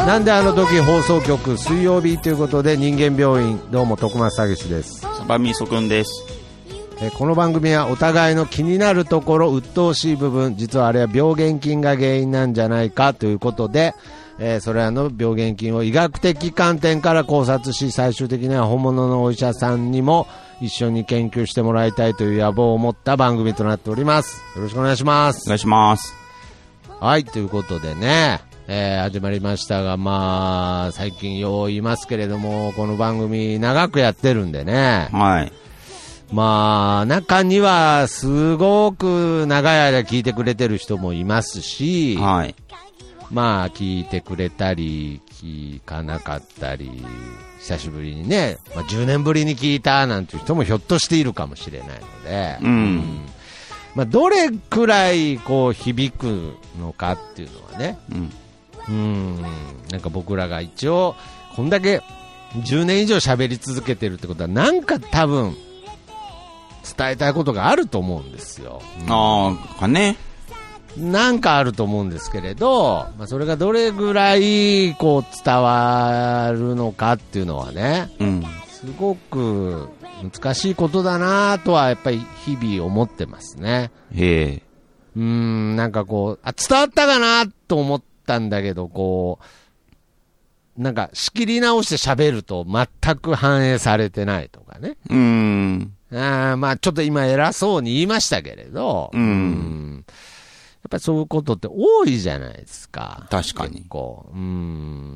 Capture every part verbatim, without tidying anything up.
なんであの時放送局水曜日ということで、人間病院、どうも徳松たけしです。 サバミソくんです。 えこの番組はお互いの気になるところ、鬱陶しい部分、実はあれは病原菌が原因なんじゃないかということで、えー、それらの病原菌を医学的観点から考察し、最終的には本物のお医者さんにも一緒に研究してもらいたいという野望を持った番組となっております。よろしくお願いします。 お願いします。 はい、ということでね、えー、始まりましたが、まあ最近よう言いますけれども、この番組長くやってるんでね、 はい、 まあ中にはすごく長い間聞いてくれてる人もいますし、 はい、 まあ聞いてくれたり聞かなかったり、久しぶりにね、まあ、じゅうねんぶりに聞いたなんていう人もひょっとしているかもしれないので、 うん、 まあ、どれくらいこう響くのかっていうのはね、 うんうーん、なんか僕らが一応こんだけじゅうねん以上喋り続けてるってことは、なんか多分伝えたいことがあると思うんですよ。うん、 ああ、かね。 なんかあると思うんですけれど、まあ、それがどれぐらいこう伝わるのかっていうのはね、 うん、 すごく難しいことだなとはやっぱり日々思ってますね。 へえ。 うーん、なんかこう、あ、伝わったかなと思ったんだけど、こう、なんか仕切り直して喋ると全く反映されてないとかね。 うーん。 あまあちょっと今偉そうに言いましたけれど、 うん、 うんやっぱりそういうことって多いじゃないですか。 確かに。 こう、うん、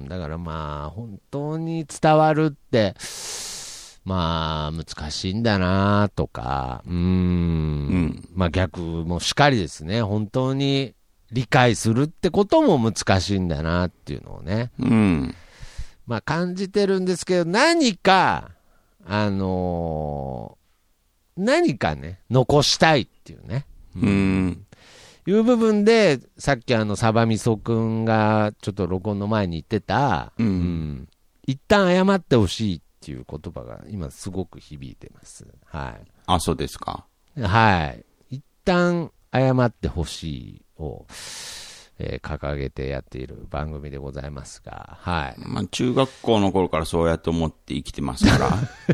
だからまあ本当に伝わるってまあ難しいんだなとか、うーん、うん、まあ逆もしかりですね。本当に理解するってことも難しいんだなっていうのをね、 うん、 まあ感じてるんですけど、何かあのー、何かね残したいっていうね。 うん。うんいう部分で、さっきあのサバミソくんがちょっと録音の前に言ってた、 うんうん、 一旦謝ってほしいっていう言葉が今すごく響いてます。はい。 あ、そうですか。 はい。一旦謝ってほしいを、えー、掲げてやっている番組でございますが、はい。 まあ中学校の頃からそうやって思って生きてますから。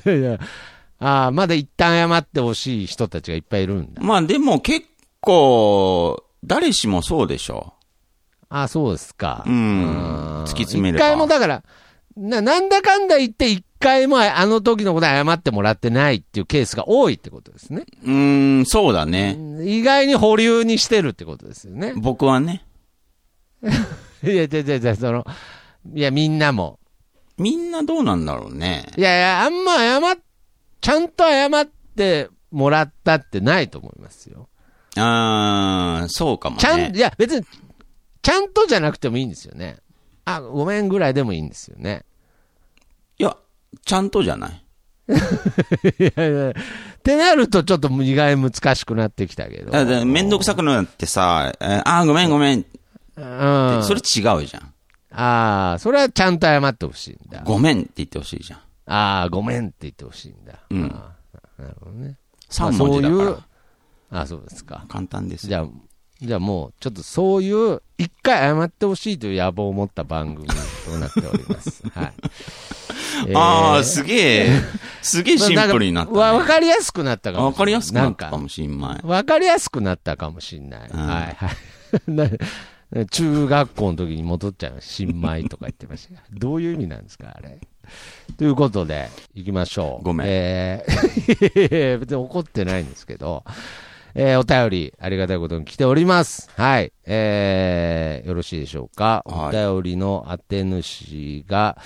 いや、ああ、まだ一旦謝ってほしい人たちがいっぱいいるんだ。 まあでも結構結構、誰しもそうでしょう。 ああ、そうですか。 うん。突き詰めれば。 一回もだから、な、なんだかんだ言って一回もあの時のこと謝ってもらってないっていうケースが多いってことですね。 うーん、そうだね。 意外に保留にしてるってことですよね。 僕はね。 いや、いや、いや、その、いや、みんなも。 みんなどうなんだろうね。 いやいや、あんま謝っ、ちゃんと謝ってもらったってないと思いますよ。 あー、そうかもね。 ちゃん、いや、別に、ちゃんとじゃなくてもいいんですよね。あ、ごめんぐらいでもいいんですよね。 いや、ちゃんとじゃない。 いやいやってなるとちょっと意外に難しくなってきたけど。 だからめんどくさくなってさ、えー、あー、ごめんごめん。うん。それ違うじゃん。 ああ、それはちゃんと謝ってほしいんだ。 ごめんって言ってほしいじゃん。 ああ、ごめんって言ってほしいんだ。 うん。 あなるほどね。 さん文字だから。まあ、そういうあ、そうですか。 簡単です。 じゃあ、じゃあもう、ちょっとそういう、一回謝ってほしいという野望を持った番組となっております。はい。 えー、ああ、すげえ、すげえシンプルになった、ね。 わ、わかりやすくなったかもしれない。 わかりやすくなったかもしれない。 わかりやすくなったかもしれない。うん、はいはい。中学校の時に戻っちゃいました。新米とか言ってました。どういう意味なんですか、あれ。ということで、行きましょう。 ごめん。 えー、別に怒ってないんですけど、えー、お便り、ありがたいことに来ております。はい。えー、よろしいでしょうか。お便りの宛主が、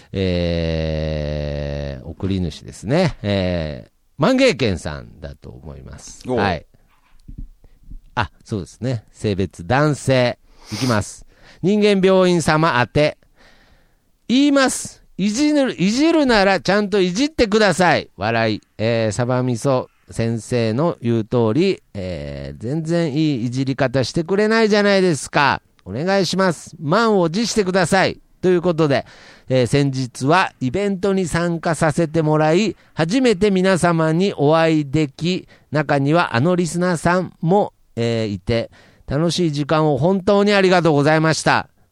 えー、送り主ですね。えー、万芸軒さんだと思います。はい。あ、そうですね。性別男性。いきます。人間病院様宛て。言います。いじる、いじるならちゃんといじってください。笑い。えー、サバミソ先生の言う通り、えー、全然いいいじり方してくれないじゃないですか。お願いします。満を持してください。ということで、えー、先日はイベントに参加させてもらい、初めて皆様にお会いでき、中にはあのリスナーさんも、えー、いて、楽しい時間を本当にありがとうございました。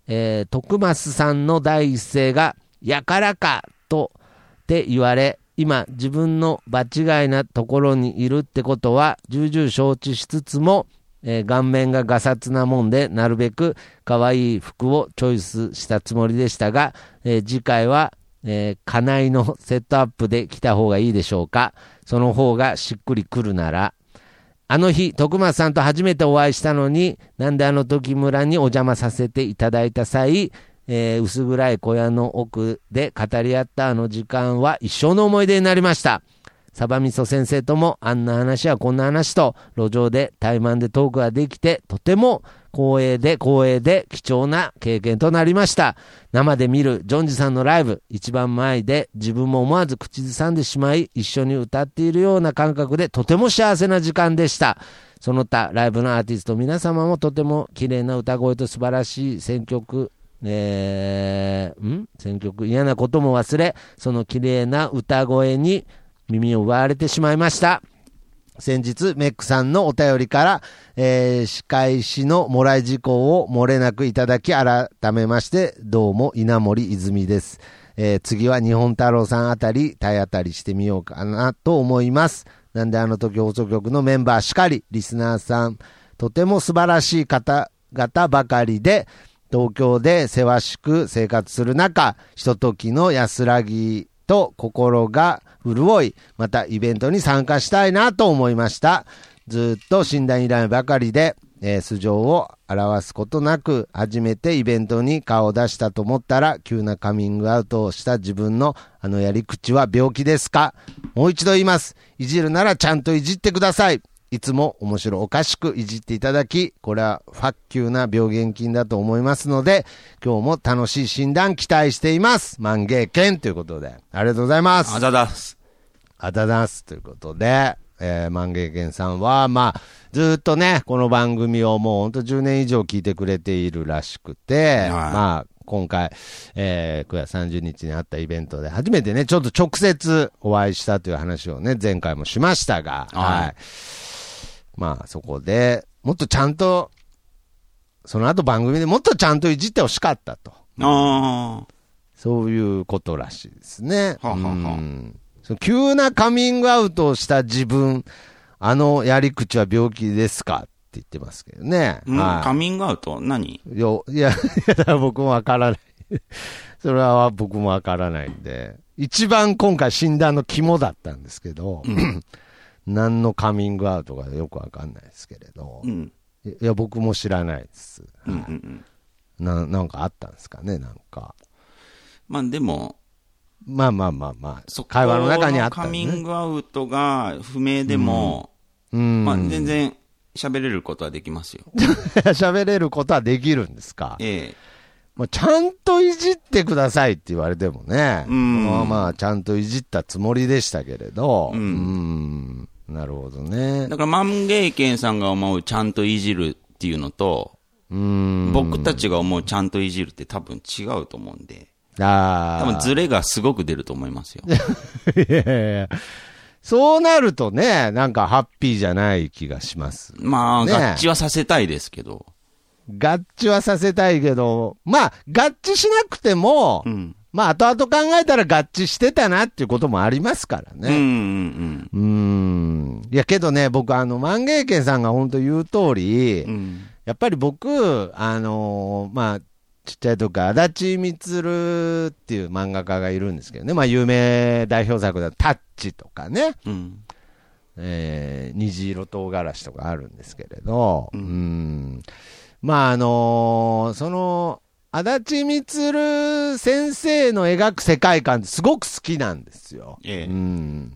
えー、徳増さんの第一声が、やからかとって言われ、今自分の場違いなところにいるってことは重々承知しつつも、えー、顔面がガサツなもんでなるべく可愛い服をチョイスしたつもりでしたが、えー、次回は、えー、家内のセットアップで来た方がいいでしょうか。その方がしっくりくるなら。あの日徳松さんと初めてお会いしたのに、なんであの時村にお邪魔させていただいた際、えー、薄暗い小屋の奥で語り合ったあの時間は一生の思い出になりました。サバミソ先生ともあんな話やこんな話と路上で対マンでトークができて、とても光栄で光栄で貴重な経験となりました。生で見るジョンジさんのライブ、一番前で自分も思わず口ずさんでしまい、一緒に歌っているような感覚でとても幸せな時間でした。その他ライブのアーティスト皆様もとても綺麗な歌声と素晴らしい選曲、えー、ん選曲嫌なことも忘れ、その綺麗な歌声に耳を奪われてしまいました。先日メックさんのお便りから、えー、歯科医師のもらい事項を漏れなくいただき、改めましてどうも稲森泉です。えー、次は日本太郎さんあたり体当たりしてみようかなと思います。なんであの時放送局のメンバーしかりリスナーさんとても素晴らしい方々ばかりで、東京でせわしく生活する中、ひとときの安らぎと心が潤い、またイベントに参加したいなと思いました。ずっと診断依頼ばかりで、えー、素性を表すことなく初めてイベントに顔を出したと思ったら、急なカミングアウトをした自分のあのやり口は病気ですか？もう一度言います。いじるならちゃんといじってください。いつも面白おかしくいじっていただき、これはファッキューな病原菌だと思いますので、今日も楽しい診断期待しています。万芸犬ということで、ありがとうございます。 あざだす。 あざだすということで、えー、万芸犬さんは、まあ、ずっとね、この番組をもうほんとじゅうねん以上聞いてくれているらしくて、はい、まあ、今回、えー、くがつさんじゅうにちにあったイベントで初めてね、ちょっと直接お会いしたという話をね、前回もしましたが、はい。はいまあそこでもっとちゃんとその後番組でもっとちゃんといじってほしかったと、 あそういうことらしいですね。 はははうんその急なカミングアウトをした自分、あのやり口は病気ですかって言ってますけどね、 うんはい、 カミングアウト何よいやいや僕もわからないそれは僕もわからないんで、一番今回診断の肝だったんですけど、うん何のカミングアウトかよくわかんないですけれど、うん、いや僕も知らないです、うんうんうん、な, なんかあったんですかね。なんかまあでもまあまあまあまあ会話の中にあった、ね、 カミングアウトが不明でも、うん、まあ全然喋れることはできますよ喋れることはできるんですか。 ええまあ、ちゃんといじってくださいって言われてもね、うん、まあまあちゃんといじったつもりでしたけれど、うん、うんなるほどね。 だから万芸犬さんが思うちゃんといじるっていうのと、うーん僕たちが思うちゃんといじるって多分違うと思うんで、あ多分ズレがすごく出ると思いますよ。 いやいやいやそうなるとね、なんかハッピーじゃない気がします。 まあ、ね、合致はさせたいですけど。 合致はさせたいけど、まあ、合致しなくても、うん、まあ、後々考えたら合致してたなっていうこともありますからね。うんうんうん。うーん。いや、けどね、僕、あの、万芸犬さんが本当言う通り、うん、やっぱり僕、あのー、まあ、ちっちゃい時から足立みつるっていう漫画家がいるんですけどね、まあ、有名代表作だとタッチとかね、うんえー、虹色唐辛子とかあるんですけれど、うん、うんまああのー、その足立みつる先生の描く世界観ってすごく好きなんですよ、ええうん、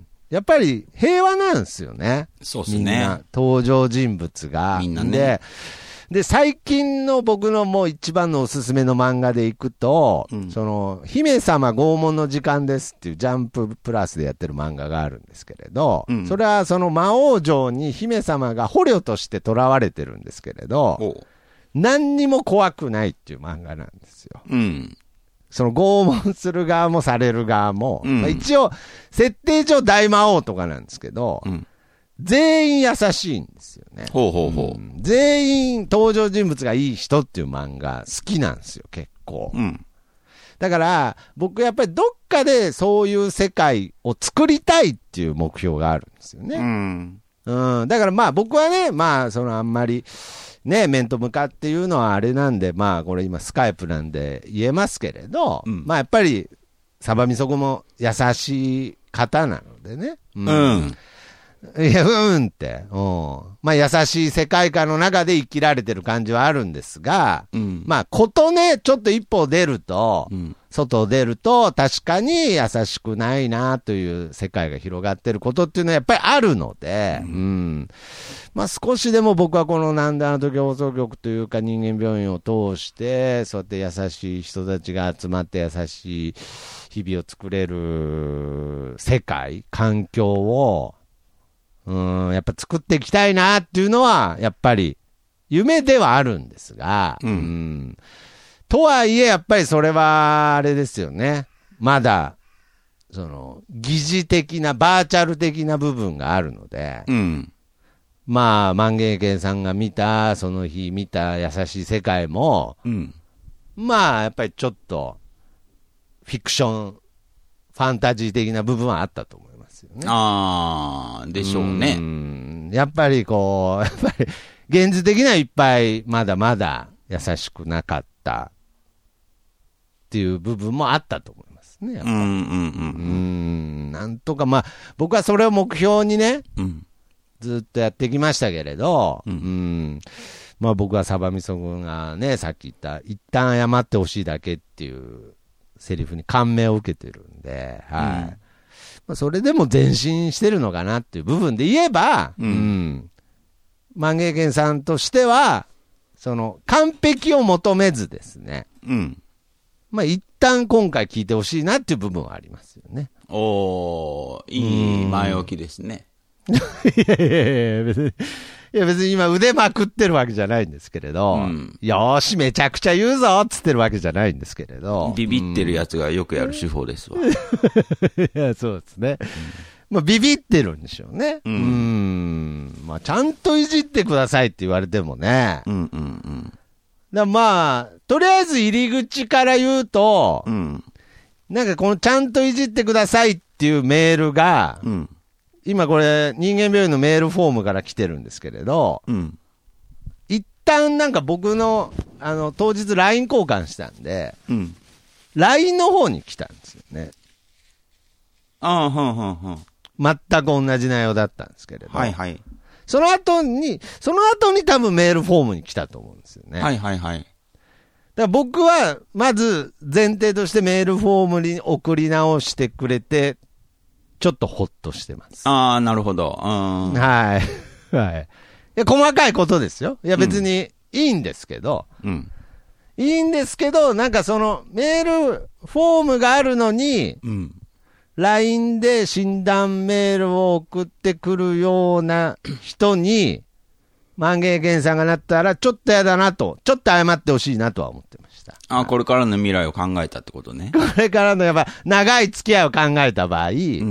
やっぱり平和なんですよね。 そうですね。 みんな登場人物がみんなね。 でで最近の僕のもう一番のおすすめの漫画でいくと、うん、その姫様拷問の時間ですっていうジャンププラスでやってる漫画があるんですけれど、うん、それはその魔王城に姫様が捕虜として囚われてるんですけれど、何にも怖くないっていう漫画なんですよ、うん、その拷問する側もされる側も、うんまあ、一応設定上大魔王とかなんですけど、うん全員優しいんですよね。 ほうほうほう。 うん、全員登場人物がいい人っていう漫画好きなんですよ、結構。 うん。 だから、僕やっぱりどっかでそういう世界を作りたいっていう目標があるんですよね。 うん。 うん。だからまあ僕はね、まあそのあんまり、ね、面と向かっていうのはあれなんで、まあこれ今スカイプなんで言えますけれど、うん、まあやっぱり、サバミソクも優しい方なのでね。 うん。うんいや、うんって。うん。まあ、優しい世界観の中で生きられてる感じはあるんですが、うん、まあ、ことね、ちょっと一歩出ると、うん、外出ると、確かに優しくないなという世界が広がってることっていうのはやっぱりあるので、うん。うん、まあ、少しでも僕はこのなんであの時放送局というか人間病院を通して、そうやって優しい人たちが集まって優しい日々を作れる世界、環境を、うん、やっぱ作っていきたいなっていうのは、やっぱり夢ではあるんですが、うん。うん、とはいえ、やっぱりそれは、あれですよね。まだ、その、疑似的な、バーチャル的な部分があるので、うん、まあ、万華鏡さんが見た、その日見た優しい世界も、うん、まあ、やっぱりちょっと、フィクション、ファンタジー的な部分はあったと思う。ね、 ああ、でしょうね。 うんやっぱりこう、やっぱり現実的にはいっぱいまだまだ優しくなかったっていう部分もあったと思いますね。やっぱうんうんうん。うんなんとかまあ僕はそれを目標にね、うん、ずっとやってきましたけれど、うん、うんまあ僕はサバミソ君がね、さっき言った一旦謝ってほしいだけっていうセリフに感銘を受けてるんで、はい。うんまあ、それでも前進してるのかなっていう部分で言えば、うん。うん、万華鏡さんとしては、その、完璧を求めずですね。うん。まあ、一旦今回聞いてほしいなっていう部分はありますよね。 おー、いい前置きですね。 いやいやいや、別に。いや別に今腕まくってるわけじゃないんですけれど、うん、よーしめちゃくちゃ言うぞっつってるわけじゃないんですけれど。 ビビってるやつがよくやる手法ですわ。 いや、そうですね。うん、まあビビってるんでしょうね。うん。うんまあちゃんといじってくださいって言われてもね。うんうんうん。だまあ、とりあえず入り口から言うと、うん、なんかこのちゃんといじってくださいっていうメールが、うん今これ人間病院のメールフォームから来てるんですけれど、うん、一旦なんか僕のあの当日 ライン 交換したんで、うん、ライン の方に来たんですよね。 ああ、はんはんはん。 全く同じ内容だったんですけれど、 はいはい。 その後にその後に多分メールフォームに来たと思うんですよね。 はいはいはい。 だから僕はまず前提としてメールフォームに送り直してくれて。ちょっとほっとしてます。 ああ、なるほど。 はい。はい。いや、細かいことですよ。いや、別にいいんですけど、うん。いいんですけど、なんかそのメールフォームがあるのに、うん。ライン で診断メールを送ってくるような人に、万華鏡さんがなったら、ちょっとやだなと、ちょっと謝ってほしいなとは思ってました。 あ、これからの未来を考えたってことね。 これからのやっぱ、長い付き合いを考えた場合、うん。うん。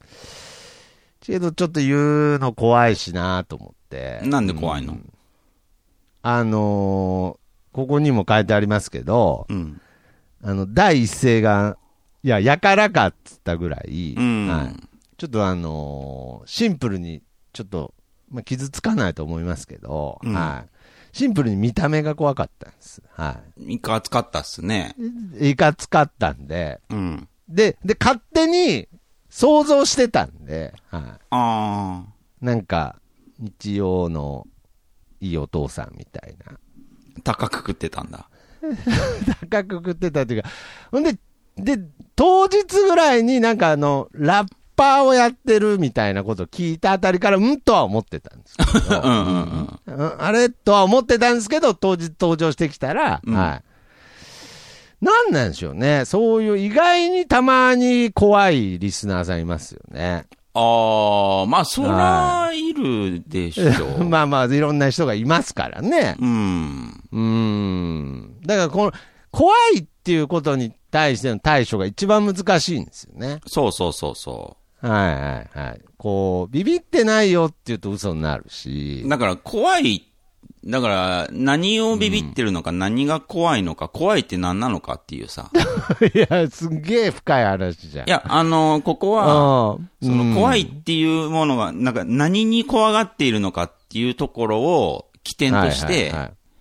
けど、ちょっと言うの怖いしなと思って。 なんで怖いの、うん、 あのー、ここにも書いてありますけど、うん。あの、第一声が、いや、やからかっつったぐらい、うん。はい。ちょっとあのー、シンプルに、ちょっと、まあ、傷つかないと思いますけど、うん、はい。シンプルに見た目が怖かったんです。はい。 いかつかったっすね。 いかつかったんで、うん。で、で、勝手に想像してたんで、はい。ああ。なんか、日曜のいいお父さんみたいな。 高く食ってたんだ。 高く食ってたっていうか、ほんで、で、当日ぐらいになんかあの、ラッパーをやってるみたいなことを聞いたあたりから、うんとは思ってたんですけど、うんうんうん、あれとは思ってたんですけど、当日登場してきたら、うん、はい。なんなんでしょうね。そういう意外にたまに怖いリスナーさんいますよね。 ああ、まあ、そらいるでしょう。 まあまあ、いろんな人がいますからね。うん。うん。だから、この、怖いっていうことに対しての対処が一番難しいんですよね。 そうそうそうそはいはいはい。こう、ビビってないよって言うと嘘になるし。 だから怖い、だから何をビビってるのか、うん、何が怖いのか、怖いって何なのかっていうさ。 いや、すんげえ深い話じゃん。 いや、あの、ここは、その怖いっていうものが、なんか何に怖がっているのかっていうところを起点として、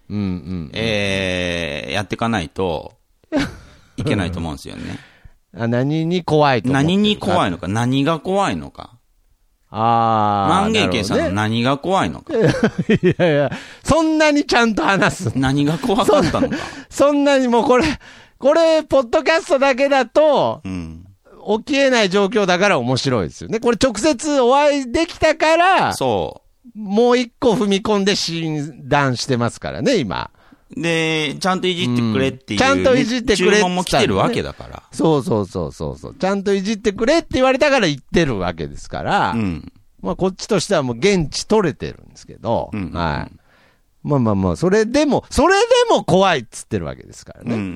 えー、やっていかないといけないと思うんですよね。 あ、何に怖いと思ってるか。 何に怖いのか、何が怖いのか。 ああ。 万芸家さんの何が怖いのか。 いやいや、そんなにちゃんと話す。 何が怖かったのか。 そ, そんなにもうこれ、これ、ポッドキャストだけだと、うん、起きえない状況だから面白いですよね。これ直接お会いできたから、 そう。 もう一個踏み込んで診断してますからね、今。 で、ちゃんといじってくれっていう、 うん、ちゃんといじってくれって、 注文も来てるわけだから。 そうそうそうそうそう。ちゃんといじってくれって言われたから言ってるわけですから、うん、まあこっちとしてはもう現地取れてるんですけど、うん、はい。まあまあまあ、それでも、それでも怖いっつってるわけですからね。うんうん、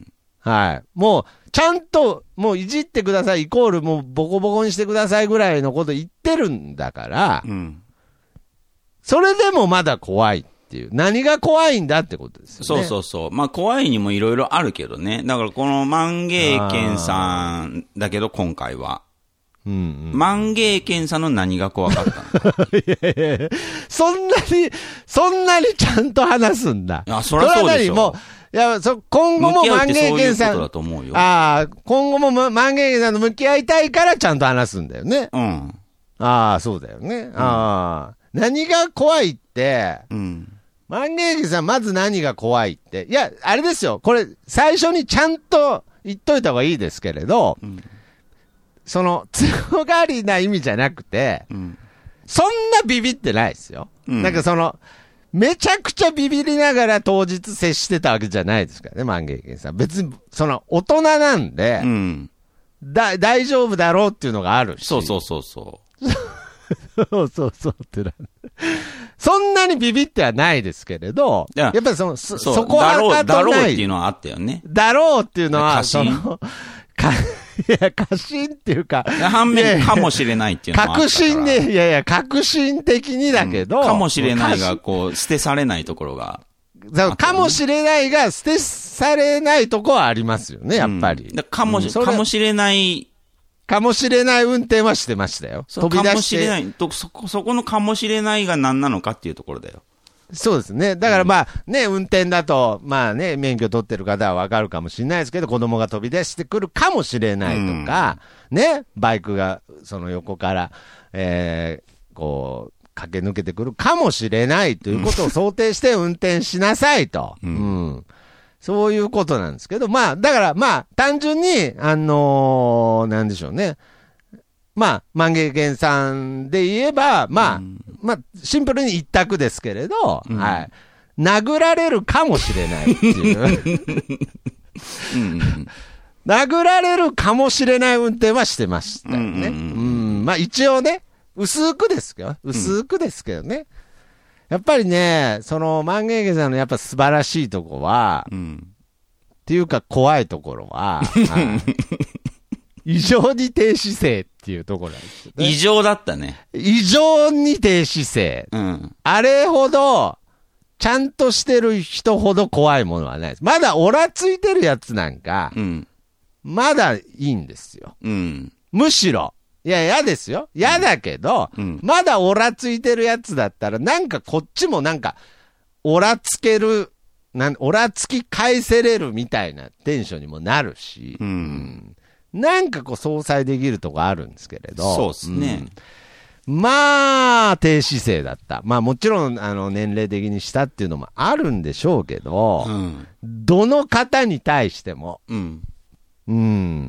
はい。もう、ちゃんと、もういじってください、イコールもうボコボコにしてくださいぐらいのこと言ってるんだから、うん、それでもまだ怖い。っていう。何が怖いんだってことですよね。 そうそうそう。まあ怖いにもいろいろあるけどね。だからこの万芸健さんだけど今回は。うんうん、万芸健さんの何が怖かったのいやいやそんなに、そんなにちゃんと話すんだ。 あ、そりゃそうでしょ。もういやそ今後も万芸健さん。 だと思うよ。 ああ、今後も万芸健さんと向き合いたいからちゃんと話すんだよね。うん。ああ、そうだよね。うん、ああ。何が怖いって、うん。万芸家さん、まず何が怖いって。いや、あれですよ。これ、最初にちゃんと言っといた方がいいですけれど、うん、その、強がりな意味じゃなくて、うん、そんなビビってないですよ。うん、なんかその、めちゃくちゃビビりながら当日接してたわけじゃないですからね、万芸家さん。別に、その、大人なんで、うん、だ、大丈夫だろうっていうのがあるし。 そうそうそうそう。 そうそうそうってな。そんなにビビってはないですけれど、やっぱりその、そ、そこはだろう、だろうっていうのはあったよね。 だろうっていうのは、その、か、いや、過信っていうか。 反面かもしれないっていうのはあったから。 確信ね、いやいや、確信的にだけど。うん、 かもしれないが、こう、捨てされないところが、 ね。かもしれないが、捨てされないとこはありますよね、やっぱり。 うん、かもし、うん、かもしれない、 かもしれない運転はしてましたよ。 飛び出して。かもしれない。と、そこ、そこのかもしれないが何なのかっていうところだよ。 そうですね。だからまあね、運転だと、まあね、免許取ってる方はわかるかもしれないですけど、子供が飛び出してくるかもしれないとか、うん、ね、バイクがその横から、えー、こう、駆け抜けてくるかもしれないということを想定して運転しなさいと。うん。うん、そういうことなんですけど、まあ、だからまあ、単純に、あのー、なんでしょうね。まあ、万芸健さんで言えば、まあ、うん、まあ、シンプルに一択ですけれど、うん、はい。殴られるかもしれないっていううん。殴られるかもしれない運転はしてましたよね。うん、うん、まあ一応ね、薄くですけど、薄くですけどね。うん、やっぱりね、その万芸家さんのやっぱ素晴らしいとこは、うん、っていうか怖いところは、異常に低姿勢っていうところなんですよね。 異常だったね。 異常に低姿勢。うん、あれほど、ちゃんとしてる人ほど怖いものはないです。まだオラついてるやつなんか、うん、まだいいんですよ。うん、むしろ、いや、嫌ですよ。嫌だけど、うん、まだオラついてるやつだったら、なんかこっちもなんか、オラつける、なん、オラつき返せれるみたいなテンションにもなるし、うんうんなんかこう相殺できるとこあるんですけれど。 そうですね、 うん。まあ、低姿勢だった。まあもちろん、あの、年齢的にしたっていうのもあるんでしょうけど、うん、どの方に対しても、うん。うん。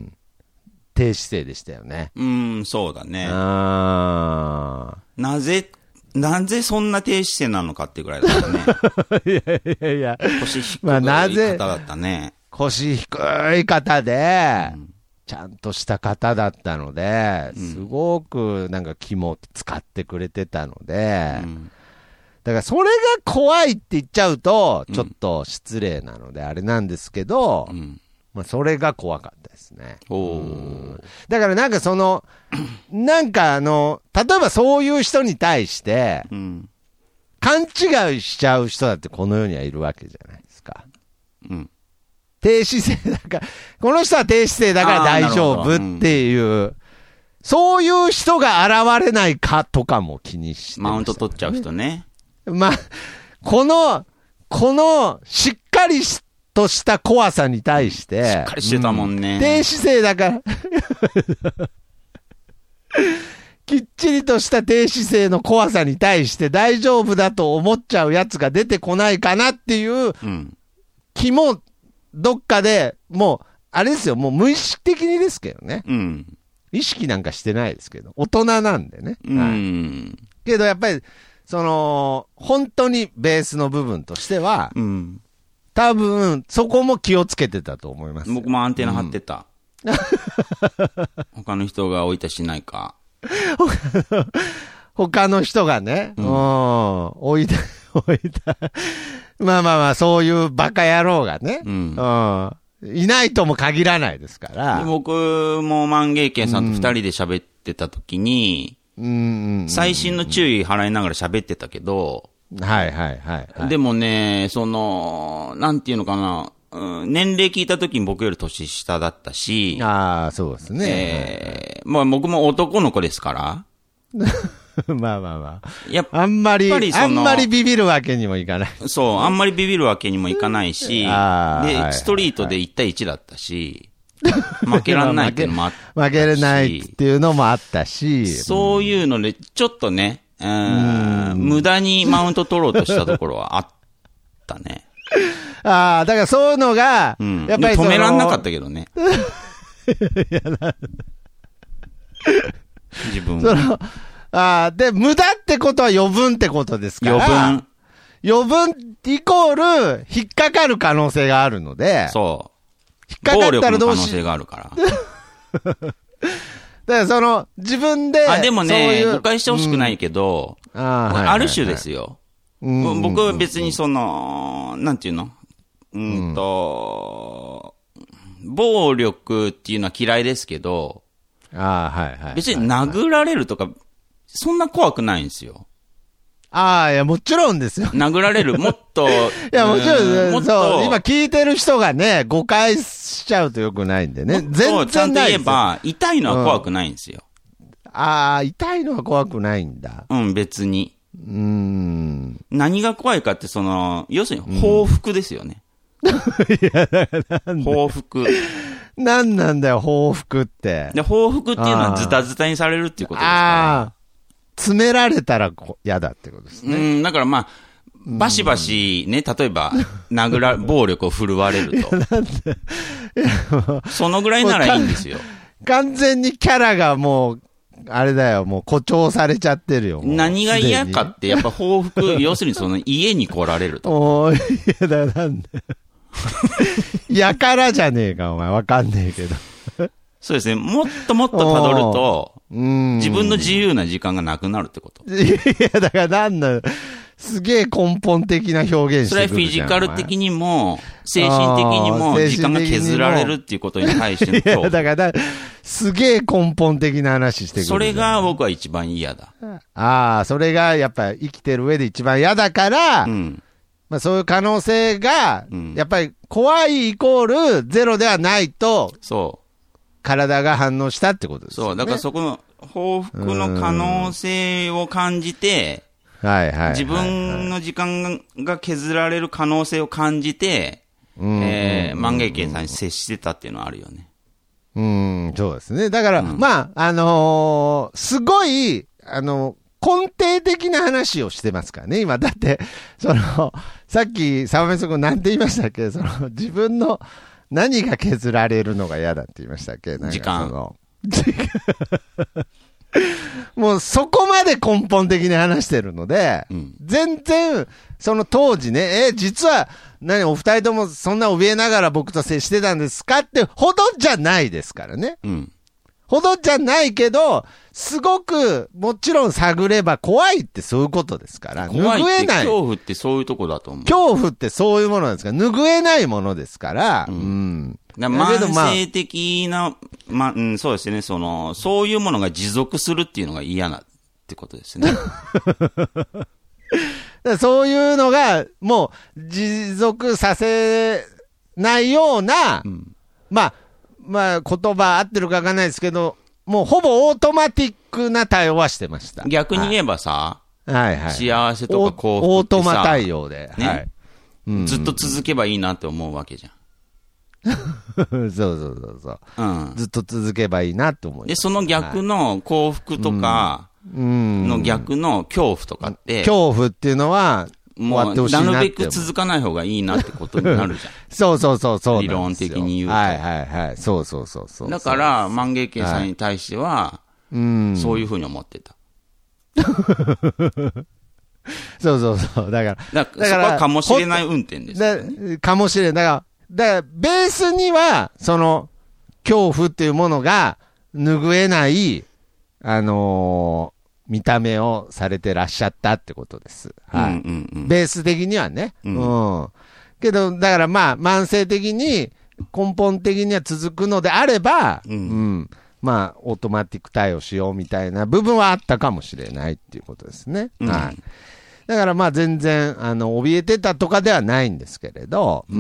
低姿勢でしたよね。 うん、そうだね。あなぜ、なぜそんな低姿勢なのかっていうぐらいだったね。いやいやいや。腰低い方だったね。 まあ、腰低い方で、うんちゃんとした方だったので、すごくなんか気も使ってくれてたので、うん、だからそれが怖いって言っちゃうと、ちょっと失礼なのであれなんですけど、うん、 まあ、それが怖かったですね。 おだからなんかその、なんかあの、例えばそういう人に対して、うん、勘違いしちゃう人だってこの世にはいるわけじゃないですか。うん。低姿勢だから、この人は低姿勢だから大丈夫っていう、うん、そういう人が現れないかとかも気にして、ね、 マウント取っちゃう人ね。 まあ、この、この、しっかりとした怖さに対して、 しっかりしてたもんね。 うん、低姿勢だから、きっちりとした低姿勢の怖さに対して大丈夫だと思っちゃうやつが出てこないかなっていう気も、どっかでもう、あれですよ、もう無意識的にですけどね。うん、意識なんかしてないですけど、大人なんでね。うん、はい、けどやっぱり、その、本当にベースの部分としては、うん、多分、そこも気をつけてたと思います。 僕もアンテナ張ってた。うん、他の人が置いたしないか。 他の人がね、うん、置いた、置いた。まあまあまあ、そういうバカ野郎がね、うん、うん、いないとも限らないですから。 僕も万芸家さんと二人で喋ってた時に、うん、最新の注意払いながら喋ってたけど、 はいはいはい、はい。 でもね、その、なんていうのかな、うん、年齢聞いた時に僕より年下だったし、 ああ、そうですね。 えー、まあ僕も男の子ですから。 まあまあまあ。やっぱり、あんまり、あんまりビビるわけにもいかない。 そう、あんまりビビるわけにもいかないし、で、ストリートでいち対いちだったし、負けらんないっていうのもあったし。 負けれないっていうのもあったし。 そういうので、ちょっとね、うん、無駄にマウント取ろうとしたところはあったね。 ああ、だからそういうのが、 うん、やっぱり止めらんなかったけどね。いやな自分そのああ、で、無駄ってことは余分ってことですから。 余分。 余分イコール、引っかかる可能性があるので。 そう。 引っかかったらどうし、暴力の可能性があるから。 だからその、自分で。 あ、でもね、誤解してほしくないけど、うん、あ, あ, ある種ですよ。うん、僕は別にその、なんていうのうんと、うん、暴力っていうのは嫌いですけど、 あはいはいはい、 別に殴られるとか、そんな怖くないんですよ。 ああ、いや、もちろんですよ。 殴られる、もっと。いや、もちろん、もっとそう、今聞いてる人がね、誤解しちゃうとよくないんでね。全然ないですよ。 ちゃんと言えば、痛いのは怖くないんですよ。 うん、ああ、痛いのは怖くないんだ。 うん、別に。うーん。何が怖いかって、その、要するに報復ですよね。うん、いや、だからなんだ報復。 なんなんだよ、報復って。 で、報復っていうのはズタズタにされるっていうことですから。ああ。 詰められたら嫌だってことですね。 うん、だからまあ、バシバシね、例えば、殴ら、暴力を振るわれると。なんでそのぐらいならいいんですよ。 完全にキャラがもう、あれだよ、もう誇張されちゃってるよ。 何が嫌かって、やっぱ報復、要するにその家に来られると。 おー、いやだ、なんで。やからじゃねえか、お前。わかんねえけど。 そうですね。もっともっと辿ると、自分の自由な時間がなくなるってこと。 いや、だからなんだ、すげえ根本的な表現してくるじゃん。 それはフィジカル的にも、精神的にも、時間が削られるっていうことに対しての恐怖。 いや、だから、すげえ根本的な話してくる。 それが僕は一番嫌だ。 ああ、それがやっぱ生きてる上で一番嫌だから、うん、まあそういう可能性が、うん、やっぱり怖いイコールゼロではないと、 そう。 体が反応したってことですよね。 そう、だからそこの報復の可能性を感じて、 はいはい。 自分の時間が削られる可能性を感じて、えー、万芸家さんに接してたっていうのはあるよね。 うん、そうですね。だから、うん、まあ、あのー、すごい、あの、根底的な話をしてますからね、今。だって、その、さっき、沢目君なんて言いましたっけ、その、自分の、何が削られるのが嫌だって言いましたっけ、なんか時間。 時間。もうそこまで根本的に話してるので、うん、全然、その当時ね、え、実は、何、お二人ともそんな怯えながら僕と接してたんですかってほどじゃないですからね。うん。ほどじゃないけど、すごく、もちろん探れば怖いってそういうことですから。 怖いって恐怖ってそういうとこだと思う。 恐怖ってそういうものですから、拭えないものですから、うん。うん、 だ慢性的な、ま、うん、そうですね、その、そういうものが持続するっていうのが嫌なってことですね。 そういうのが、もう、持続させないような、うん、まあ、まあ、言葉合ってるかわかんないですけど、もうほぼオートマティックな対応はしてました。 逆に言えばさ、 はいはい、 幸せとか幸福ってさ、 オートマ対応で、 ね、 はいうん、ずっと続けばいいなって思うわけじゃん。 そうそうそうそう、うん、ずっと続けばいいなって思います。 で、その逆の幸福とかの逆の恐怖とかって、 恐怖っていうのは、 もう、なるべく続かない方がいいなってことになるじゃん。 そうそうそうそう。 理論的に言うと。 はいはいはい。そうそうそうそう。 だから、万華鏡さんに対しては、うん、そういうふうに思ってた。 そうそうそう。だから。 だから、そこはかもしれない運転ですよね。 かもしれない。だから、だから、ベースには、その、恐怖っていうものが拭えない、あのー、見た目をされてらっしゃったってことです。はい。うんうんうん、ベース的にはね。うん。うん、けど、だからまあ、慢性的に、根本的には続くのであれば、うん、うん。まあ、オートマティック対応しようみたいな部分はあったかもしれないっていうことですね。うん、はい。だからまあ、全然、あの、怯えてたとかではないんですけれど、うん。うん、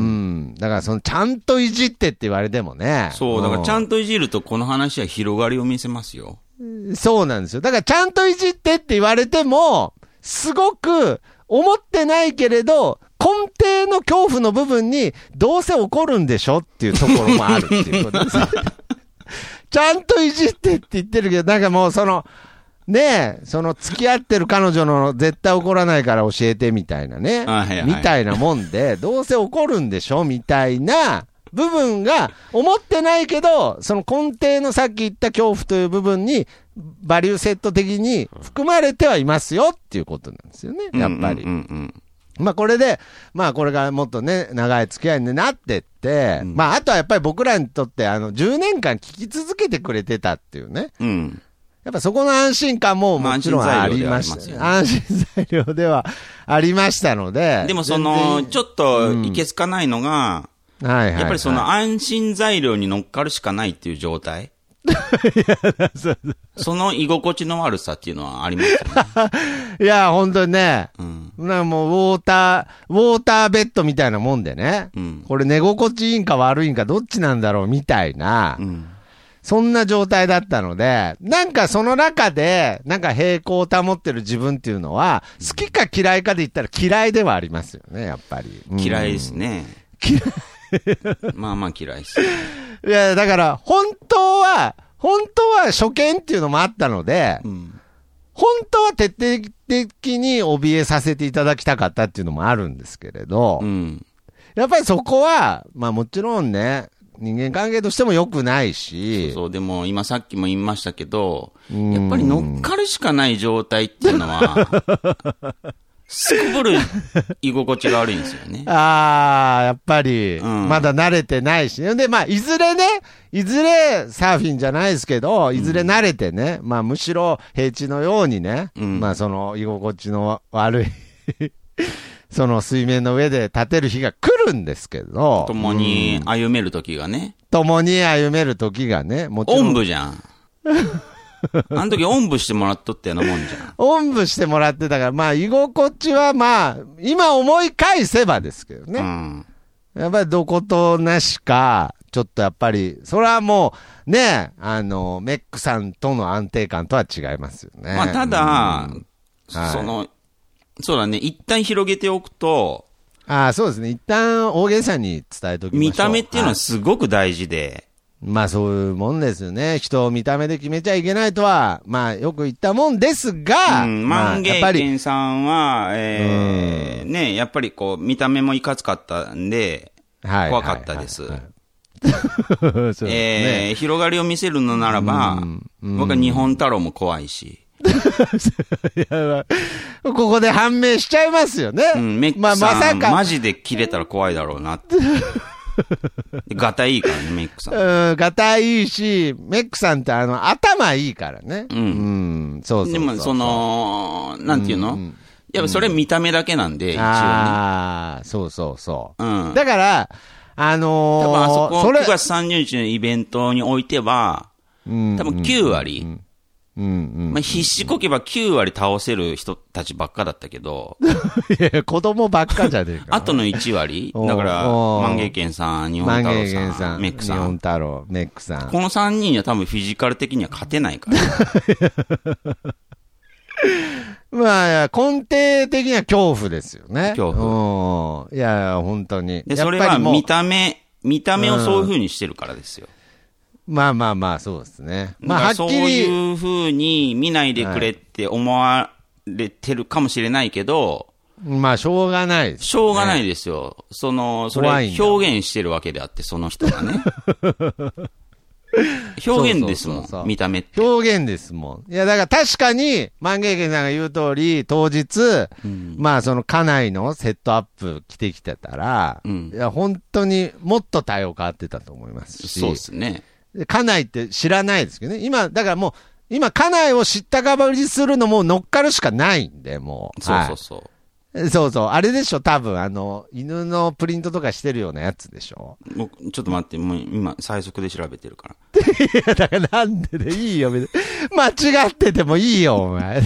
だから、その、ちゃんといじってって言われてもね。 そう、だからちゃんといじると、この話は広がりを見せますよ。 そうなんですよ。だからちゃんといじってって言われても、すごく思ってないけれど、根底の恐怖の部分にどうせ起こるんでしょっていうところもあるっていうことです。ちゃんといじってって言ってるけど、なんかもうその、ねえ、その付き合ってる彼女の絶対起こらないから教えてみたいなね。はいはい、みたいなもんで、どうせ起こるんでしょみたいな、部分が思ってないけど、その根底のさっき言った恐怖という部分にバリューセット的に含まれてはいますよっていうことなんですよね、やっぱり。うんうんうんうん、まあこれで、まあこれがもっとね、長い付き合いになってって、うん、まああとはやっぱり僕らにとってあのじゅうねんかん聞き続けてくれてたっていうね。うん、やっぱそこの安心感ももちろんありました。まあ、安心材料ではありましたので。 でもその、ちょっといけつかないのが、うんはいはいはい、やっぱりその安心材料に乗っかるしかないっていう状態その居心地の悪さっていうのはありますよね。 いや、本当にね、うん、なんかもうウォーター、ウォーターベッドみたいなもんでね、うん、これ寝心地いいんか悪いんかどっちなんだろうみたいな、うん、そんな状態だったので、なんかその中で、なんか平行を保ってる自分っていうのは、好きか嫌いかで言ったら嫌いではありますよね、やっぱり。 うん、嫌いですね。 嫌いまあまあ嫌いです。 いや、だから、本当は、本当は初見っていうのもあったので、うん、本当は徹底的に怯えさせていただきたかったっていうのもあるんですけれど、うん、やっぱりそこは、まあもちろんね、人間関係としても良くないし。 そうそう、でも今さっきも言いましたけど、やっぱり乗っかるしかない状態っていうのは、すくぶる居心地が悪いんですよね。 ああ、やっぱり、うん、まだ慣れてないし。で、まあ、いずれね、いずれサーフィンじゃないですけど、いずれ慣れてね、うん、まあ、むしろ平地のようにね、うん、まあ、その居心地の悪い、その水面の上で立てる日が来るんですけど。 共に歩める時がね。 共に歩める時がね、もちろん。 おんぶじゃん。あの時おんぶしてもらっとったようなもんじゃん。 おんぶしてもらってたから、まあ居心地はまあ、今思い返せばですけどね。うん、やっぱりどことなしか、ちょっとやっぱり、それはもう、ね、あの、メックさんとの安定感とは違いますよね。 まあただ、うん、その、はい、そうだね、一旦広げておくと、 ああ、そうですね。一旦大げさに伝えておきましょう。 見た目っていうのはすごく大事で、はいまあそういうもんですよね。人を見た目で決めちゃいけないとは、まあよく言ったもんですが、 うん、万華鏡さんは、えー、うん、ね、やっぱりこう、見た目もいかつかったんで、はい、怖かったです。えー、広がりを見せるのならば、うんうん、僕は日本太郎も怖いし。 いやここで判明しちゃいますよね。 うん、メックさん、まあ、まさかマジで切れたら怖いだろうなって。ガタいいからね、メックさん。 うん、ガタいいし、メックさんってあの、頭いいからね。うん。うん、そうそうそう。 でも、その、なんていうの、うん、やっぱそれ見た目だけなんで、うん、一応ね。 ああ、そうそうそう。 うん。 だから、 あのー、 多分あそこ、くがつさんじゅうにちのイベントにおいては、多分きゅうわり、うんうんうんまあ、必死こけばきゅうわり倒せる人たちばっかだったけど。 いや、子供ばっかじゃねえか。 あとのいちわりだから、万芸軒さん、日本太郎さん、さんメックさん。 日本太郎、メックさん。 このさんにんには多分フィジカル的には勝てないから。 まあ、根底的には恐怖ですよね。 恐怖。 いや、本当に。 で、それは見た目、見た目をそういう風にしてるからですよ。 うん、まあまあまあ、そうですね。まあ、はっきり。 そういう風に見ないでくれって思われてるかもしれないけど、 はい、まあ、しょうがないです、ね。 しょうがないですよ。その、それ表現してるわけであって、その人がね。表現ですもん、そうそうそうそう、見た目って。 表現ですもん。いや、だから確かに、万芸軒さんが言う通り、当日、うん、まあ、その家内のセットアップ着てきてたら、うん、いや、本当にもっと対応変わってたと思いますし。 そうですね。 家内って知らないですけどね。今、だからもう、今、家内を知ったかぶりするのも乗っかるしかないんで、もう。 そうそうそう。はいそうそう。あれでしょ多分、あの、犬のプリントとかしてるようなやつでしょもうちょっと待って、もう今、最速で調べてるから。 いや、だからなんででいいよ、別に。間違っててもいいよ、お前。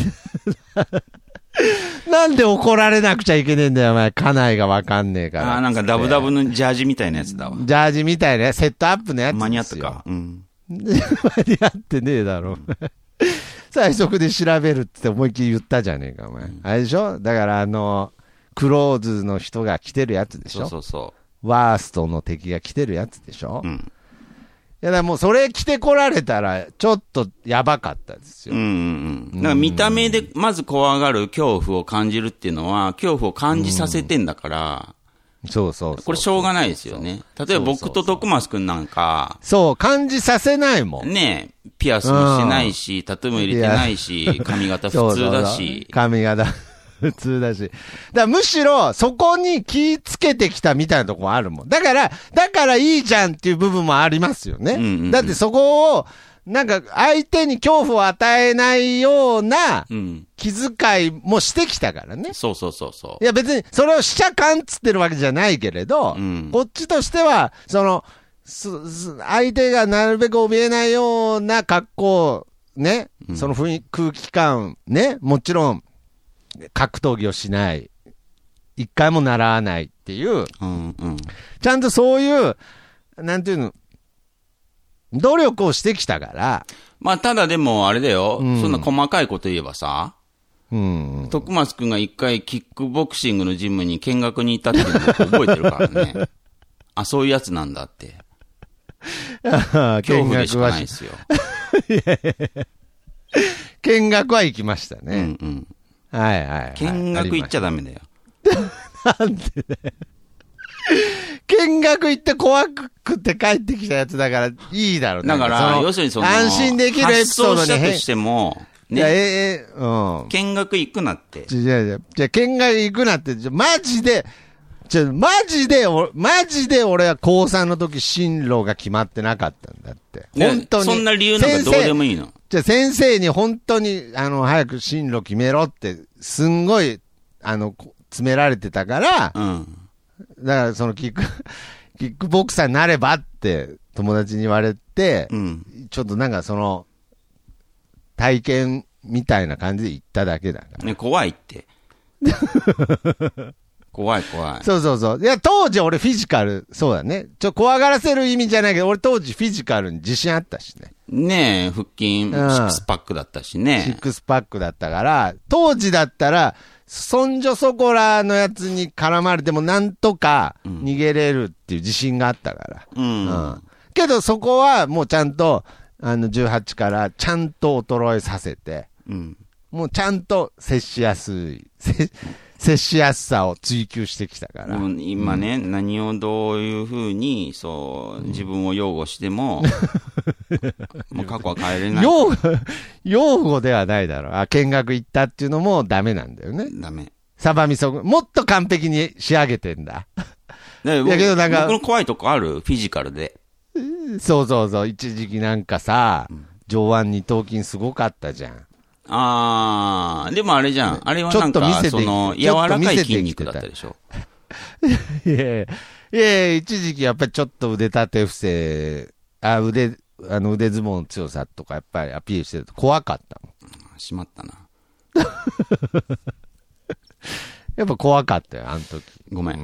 なんで怒られなくちゃいけねえんだよ、お前。家内がわかんねえから。 ああ、なんかダブダブのジャージみたいなやつだわ。 ジャージみたいな、セットアップのやつですよ。 間に合ったか。うん。 間に合ってねえだろ。最速で調べるって思いっきり言ったじゃねえか、お前。うん、あれでしょだから、あの、クローズの人が着てるやつでしょそうそうそう。ワーストの敵が着てるやつでしょうん。いや、だからもうそれ着てこられたら、ちょっとやばかったですよ。 うんうんうん。だから見た目でまず怖がる恐怖を感じるっていうのは、恐怖を感じさせてんだから、 うん、そうそうそう。 これしょうがないですよね。例えば僕と徳松くんなんか。 そう、感じさせないもん。 ねえ、ピアスもしてないし、タトゥーも入れてないし、髪型普通だし。 髪型普通だし。だからむしろ、そこに気つけてきたみたいなとこもあるもん。だから、だからいいじゃんっていう部分もありますよね。うんうんうん、だってそこを、なんか相手に恐怖を与えないような気遣いもしてきたからね。うん、 そうそうそうそう。 いや別にそれをしちゃかんっつってるわけじゃないけれど、うん、こっちとしては、その、相手がなるべく怯えないような格好、ね、うん、その雰囲空気感、ね、もちろん、格闘技をしない。一回も習わないっていう、うんうん、ちゃんとそういう、なんていうの、努力をしてきたから。 まあ、ただでもあれだよ、うん、そんな細かいこと言えばさ、うん、徳松くんが一回キックボクシングのジムに見学に行ったっていうのを覚えてるからね。あ、そういうやつなんだって。恐怖でしかないですよ。いやいや見学は行きましたね。うんうんはいはい、はい。 見学行っちゃダメだよ。 なんでね。見学行って怖くて帰ってきたやつだからいいだろうね。 だから、要するにその、 安心できるエピソードに。 発想したとしても、ね。 ええー、うん。 見学行くなって。 じゃじゃじゃ見学行くなって、じゃマジで、じゃマジで、マジで俺は高さんの時進路が決まってなかったんだって。本当に。 そんな理由なんかどうでもいいの。 じゃあ先生に本当に、あの、早く進路決めろって、すんごい、あの、詰められてたから、うん。だからそのキック、キックボクサーになればって友達に言われて、うん。ちょっとなんかその、体験みたいな感じで行っただけだから。 ね、怖いって。怖い怖い。 そうそうそう。いや、当時俺フィジカル、そうだね。ちょ、怖がらせる意味じゃないけど、俺当時フィジカルに自信あったしね。 ねえ、腹筋、シックスパックだったしね。 シックスパックだったから、当時だったら、そんじょそこらのやつに絡まれてもなんとか逃げれるっていう自信があったから。うん。うん、けどそこはもうちゃんと、あの、じゅうはちからちゃんと衰えさせて、うん。もうちゃんと接しやすい、接しやすさを追求してきたから。 今ね、うん、何をどういうふうに、そう、自分を擁護しても、もう過去は変えれない。 擁護、擁護ではないだろう。あ、見学行ったっていうのもダメなんだよね。 ダメ。 サバミソ、もっと完璧に仕上げてんだ。 だいやけどなんか僕の怖いとこある？フィジカルで。 そうそうそう。一時期なんかさ、うん、上腕二頭筋すごかったじゃん。 あー、でもあれじゃん。あれはなんか、その、柔らかい筋肉だったでしょ。 いやいや、 いやいや、一時期やっぱりちょっと腕立て伏せ、あ、腕、あの腕相撲の強さとかやっぱりアピールしてると怖かったもん。 しまったな。 やっぱ怖かったよ、あの時。 ごめん。 うん、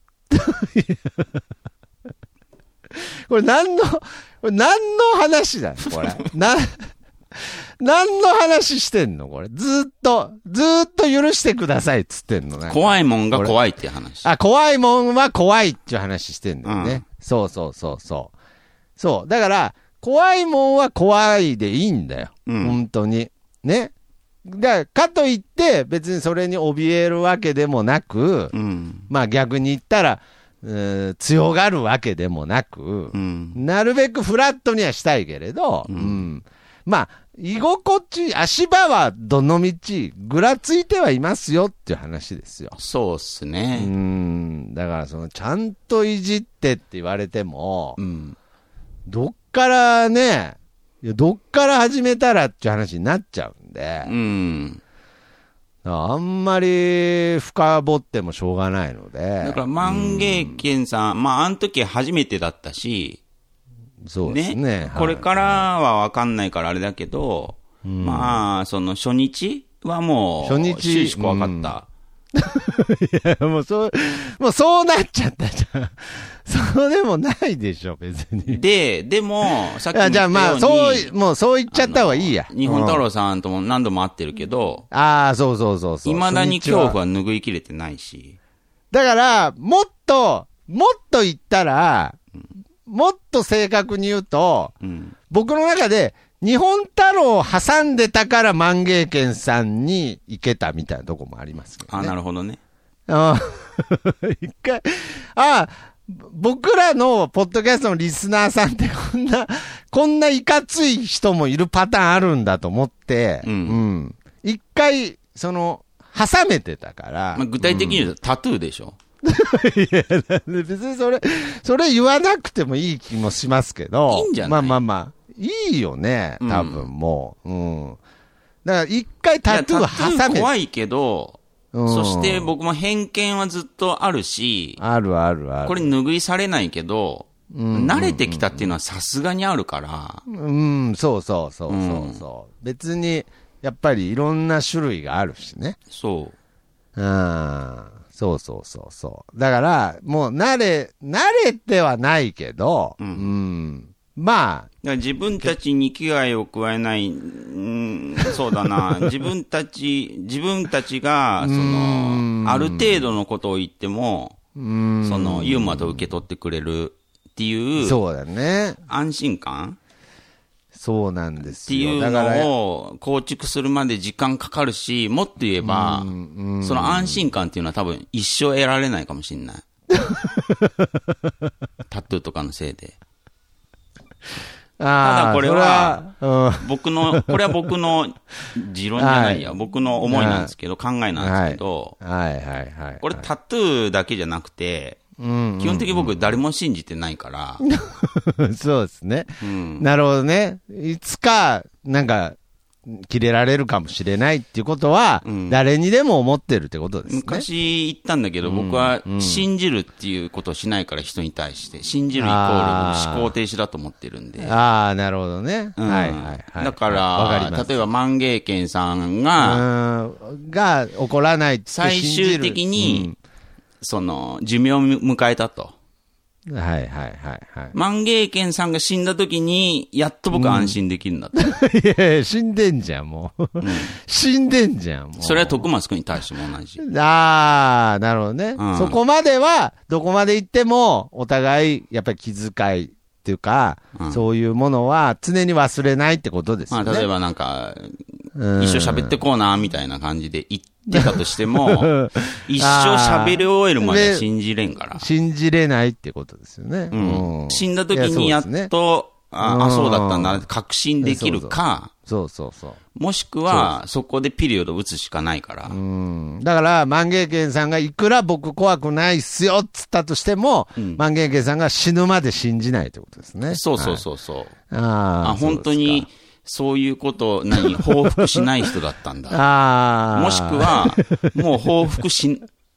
これ何の、これ何の話だよ、これ。な、何の話してんのこれ。ずーっと、ずーっと許してくださいっつってんのね。 怖いもんが怖いっていう話。 あ、怖いもんは怖いっていう話してんだよね。うん、そうそうそうそう。そう。だから、怖いもんは怖いでいいんだよ。うん、本当に。ね。だからかといって、別にそれに怯えるわけでもなく、うん、まあ逆に言ったら、強がるわけでもなく、うん、なるべくフラットにはしたいけれど、うんうん、まあ、居心地、足場はどのみち、ぐらついてはいますよっていう話ですよ。 そうっすね。 うん。だから、その、ちゃんといじってって言われても、うん、どっからね、いやどっから始めたらっていう話になっちゃうんで、うん、あんまり深掘ってもしょうがないので。 だから、万芸健さん、うん、まあ、あの時初めてだったし、 そうですね。 ね、これからは分かんないからあれだけど、うん、まあ、その初日はもう、初日、終始怖かった。 うん、いや、もうそう、もうそうなっちゃったじゃん。そうでもないでしょ、別に。 で、でも、さっき言ったように。 じゃあまあ、そう、もうそう言っちゃった方がいいや。 日本太郎さんとも何度も会ってるけど、 うん、ああ、そうそうそうそう。 未だに恐怖は拭いきれてないし。 だから、もっと、もっと言ったら、うん、もっと正確に言うと、うん、僕の中で、日本太郎を挟んでたから万芸健さんに行けたみたいなとこもありますけどね。 あ、なるほどね。 あ一回、あ、僕らのポッドキャストのリスナーさんってこんな、こんないかつい人もいるパターンあるんだと思って、うん。うん、一回、その、挟めてたから。 まあ、具体的に言うとタトゥーでしょ。 いや、別にそれ、それ言わなくてもいい気もしますけど。 いいんじゃない？ まあまあまあ、いいよね、多分もう。うん。うん、だから一回タトゥー挟めて。 怖いけど、うん、そして僕も偏見はずっとあるし、 あるあるある。 これ拭いされないけど、うん、慣れてきたっていうのはさすがにあるから。 うん、そうそうそうそうそう、うん。別に、やっぱりいろんな種類があるしね。 そう。 うん。そうそうそうそう。だから、もう慣れ、慣れてはないけど、うん。うん、まあ。 自分たちに危害を加えない、うん、そうだな。自分たち、自分たちが、その、ある程度のことを言っても、その、ユーモアと受け取ってくれるっていう、 そうだね。 安心感そうなんですよ。 っていうのを構築するまで時間かかるし、もっと言えば、その安心感っていうのは多分一生得られないかもしれない。タトゥーとかのせいで。ただこれは、僕の、これは僕の持論じゃないや、僕の思いなんですけど、考えなんですけど、これタトゥーだけじゃなくて、基本的に僕誰も信じてないから。 そうですね、うん。なるほどね。いつか、なんか、切れられるかもしれないっていうことは、うん、誰にでも思ってるってことですね。 昔言ったんだけど、僕は信じるっていうことをしないから人に対して、信じるイコール思考停止だと思ってるんで。 ああ、なるほどね。 うん、 はいはいはい。 だから、例えば万芸健さんが、 が起こらないって最終的に、うん、その、寿命を迎えたと。 はいはいはいはい。 万芸健さんが死んだ時に、やっと僕は安心できるんだと。うん、 いやいや、死んでんじゃん、もう。うん、死んでんじゃん、もう。 それは徳松君に対しても同じ。 ああ、なるほどね、うん。そこまでは、どこまで行っても、お互い、やっぱり気遣いっていうか、うん、そういうものは常に忘れないってことですよね。 まあ、例えばなんか、一生喋ってこうな、みたいな感じで言ってたとしても、一生喋り終えるまで信じれんから。 信じれないってことですよね。 うん。死んだ時にやっと、ああ、そうだったんだなって確信できるか、 そうそうそう。 もしくは、そこでピリオド打つしかないから。 うん。だから、万芸健さんがいくら僕怖くないっすよっつったとしても、うん、万芸健さんが死ぬまで信じないってことですね。 そうそうそうそう。はい、 ああ。 本当に、そういうことを何、報復しない人だったんだ。ああ。もしくは、もう報復し、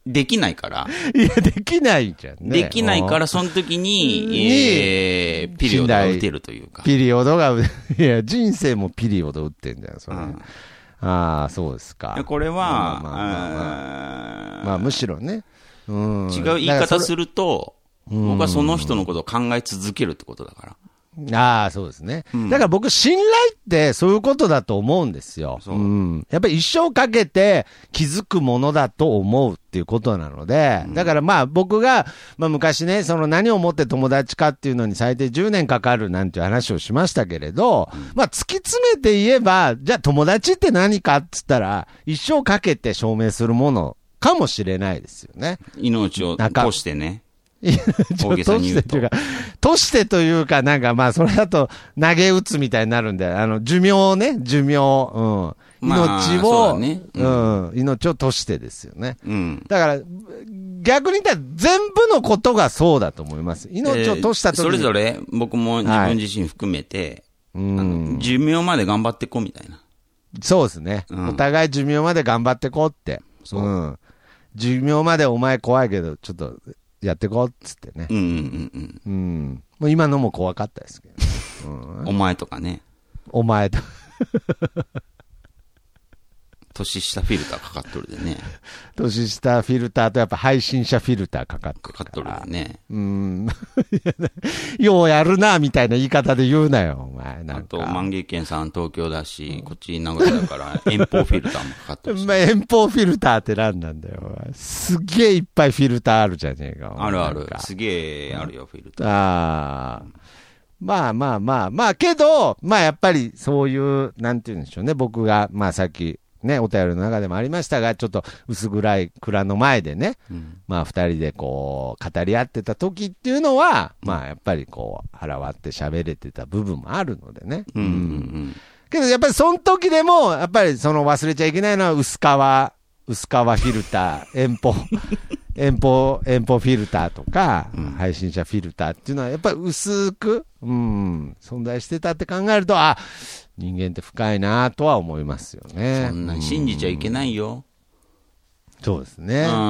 できないから。 いや、できないじゃんね。 できないから、その時に、えー、ピリオドが打てるというか。 ピリオドが、いや、人生もピリオド打ってんじゃん、それ。うん、ああ、そうですか。 これは、まあ、まあまあまあ、まあ、むしろね。 うん、違う言い方すると、僕はその人のことを考え続けるってことだから。 ああ、そうですね。うん、だから僕、信頼ってそういうことだと思うんですよ。うん、やっぱり一生かけて気づくものだと思うっていうことなので、うん、だからまあ僕が、まあ、昔ね、その何をもって友達かっていうのに最低じゅうねんかかるなんていう話をしましたけれど、うん、まあ突き詰めて言えば、じゃあ友達って何かって言ったら、一生かけて証明するものかもしれないですよね。 命を通してね。 いや、大げさに言うと。としてというか、としてというか、なんかまあ、それだと投げ打つみたいになるんで、あの、寿命ね、寿命、うん。命を、まあねうん、うん、命をとしてですよね。うん。だから、逆に言ったら全部のことがそうだと思います。命をとしたときに、 えー、それぞれ、僕も自分自身含めて、はい、うん、寿命まで頑張ってこうみたいな。 そうですね。うん、お互い寿命まで頑張ってこうって。そう。うん。寿命までお前怖いけど、ちょっと、やってこうっつってね。うんうんうんうん。うん。もう今のも怖かったですけど、ねうん。お前とかね。 お前と。 年下フィルターかかっとるでね。 年下フィルターとやっぱ配信者フィルターかかってるから。 かかっとるでね。 うん。ようやるな、みたいな言い方で言うなよ、お前。なんか。 あと、万華鏡さん東京だし、こっち名古屋だから、遠方フィルターもかかってるし。 まあ、遠方フィルターって何なんだよ。すげえいっぱいフィルターあるじゃねえか。 あるある。すげえあるよ、フィルター。 ああ。まあまあまあまあ、けど、まあやっぱりそういう、なんて言うんでしょうね。僕が、まあさっき、ね、お便りの中でもありましたが、ちょっと薄暗い蔵の前でね、うん、まあ二人でこう、語り合ってた時っていうのは、うん、まあやっぱりこう、腹割って喋れてた部分もあるのでね。うんうんうん、けどやっぱりその時でも、やっぱりその忘れちゃいけないのは薄皮、薄皮フィルター、遠方、遠方、遠方フィルターとか、うん、配信者フィルターっていうのはやっぱり薄く、うん、存在してたって考えると、あ、人間って深いなとは思いますよね。 そんな信じちゃいけないよ。 うん、そうですね。 うん。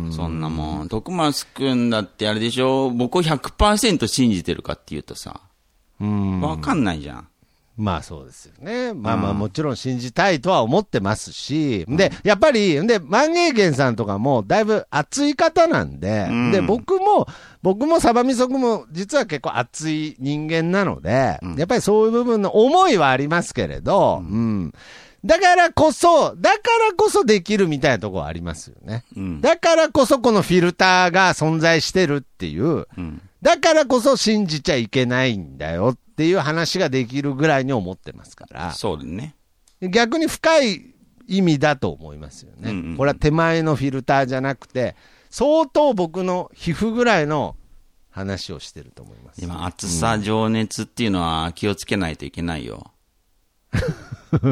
そんなもん。徳松くんだってあれでしょ、僕を ひゃくパーセント 信じてるかっていうとさ、うん。わかんないじゃん。 まあそうですよね。まあまあもちろん信じたいとは思ってますし、うん、で、やっぱり、で、万華鏡さんとかもだいぶ熱い方なんで、うん、で、僕も、僕もサバミソクも実は結構熱い人間なので、うん、やっぱりそういう部分の思いはありますけれど、うん、うん。だからこそ、だからこそできるみたいなところはありますよね。うん、だからこそこのフィルターが存在してるっていう、うん、だからこそ信じちゃいけないんだよっていう話ができるぐらいに思ってますから。 そうですね。 逆に深い意味だと思いますよね。うんうん、これは手前のフィルターじゃなくて、相当僕の皮膚ぐらいの話をしてると思います。 今、熱さ、情熱っていうのは気をつけないといけないよ。うん、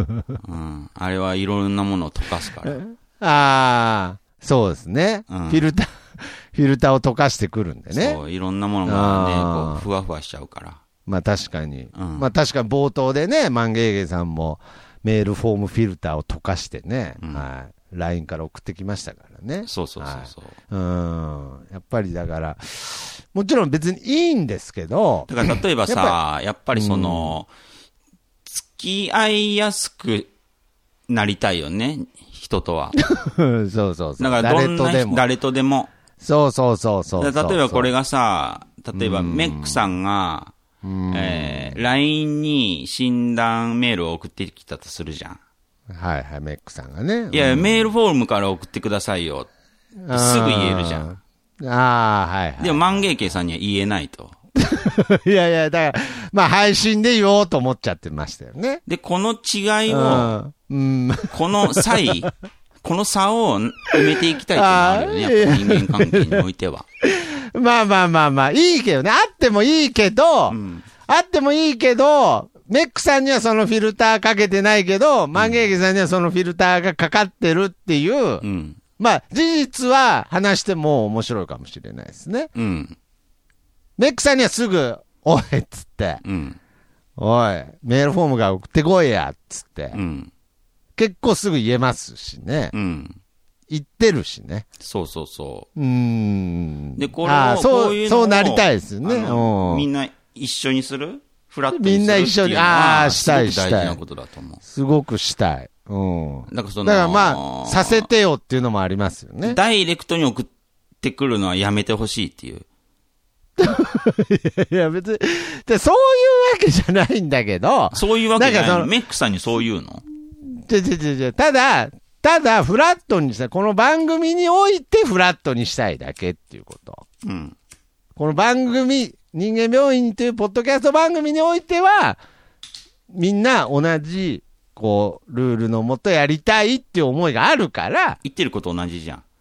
あれはいろんなものを溶かすから。 ああ、そうですね。うん、フィルター。フィルターを溶かしてくるんでね。 そう、いろんなものがね、こう、ふわふわしちゃうから。 まあ確かに。うん、まあ確かに冒頭でね、万華鏡さんもメールフォームフィルターを溶かしてね、うん、はい。ライン から送ってきましたからね。 そうそうそうそう、はい。 うん。やっぱりだから、もちろん別にいいんですけど。 だから例えばさ、やっぱり、やっぱりその、うん、付き合いやすくなりたいよね、人とは。 そうそうそう。 だからどんな人、誰とでも。 そうそうそうそうそう。 例えばこれがさ、例えばメックさんが、うんえー、ライン に診断メールを送ってきたとするじゃん。 はいはい、メックさんがね。 いや、うん、メールフォームから送ってくださいよ。すぐ言えるじゃん。 ああ、はい、はい。 でも万華鏡さんには言えないと。 いやいや、だから、まあ配信で言おうと思っちゃってましたよね。 で、この違いを、うん、この差異、この差を埋めていきたいっていうのがあるよね、やっぱ人間関係においては。 まあまあまあまあ、いいけどね。あってもいいけど、うん、あってもいいけど、メックさんにはそのフィルターかけてないけど、万華鏡さんにはそのフィルターがかかってるっていう、うん、まあ事実は話しても面白いかもしれないですね。うん、メックさんにはすぐ、おいっつって、うん、おい、メールフォームが送ってこいやっつって、うん、結構すぐ言えますしね。うん、 行ってるしね。 そうそうそう。 うーん。 で、これを、こういうのを、 そうなりたいですよね。 みんな一緒にするフラットにするみんな一緒に、ああ、したいしたい。 大事なことだと思う。 すごくしたい。うん。 だからその、 だからまあ、させてよっていうのもありますよね。 ダイレクトに送ってくるのはやめてほしいっていう。 いや、別に、で、そういうわけじゃないんだけど。 そういうわけじゃないの。メックさんにそう言うの？ ちょちょちょちょ、ただ、ただ、フラットにした、この番組においてフラットにしたいだけっていうこと。 うん。 この番組、人間病院というポッドキャスト番組においては、みんな同じ、こう、ルールのもとやりたいっていう思いがあるから。 言ってること同じじゃん。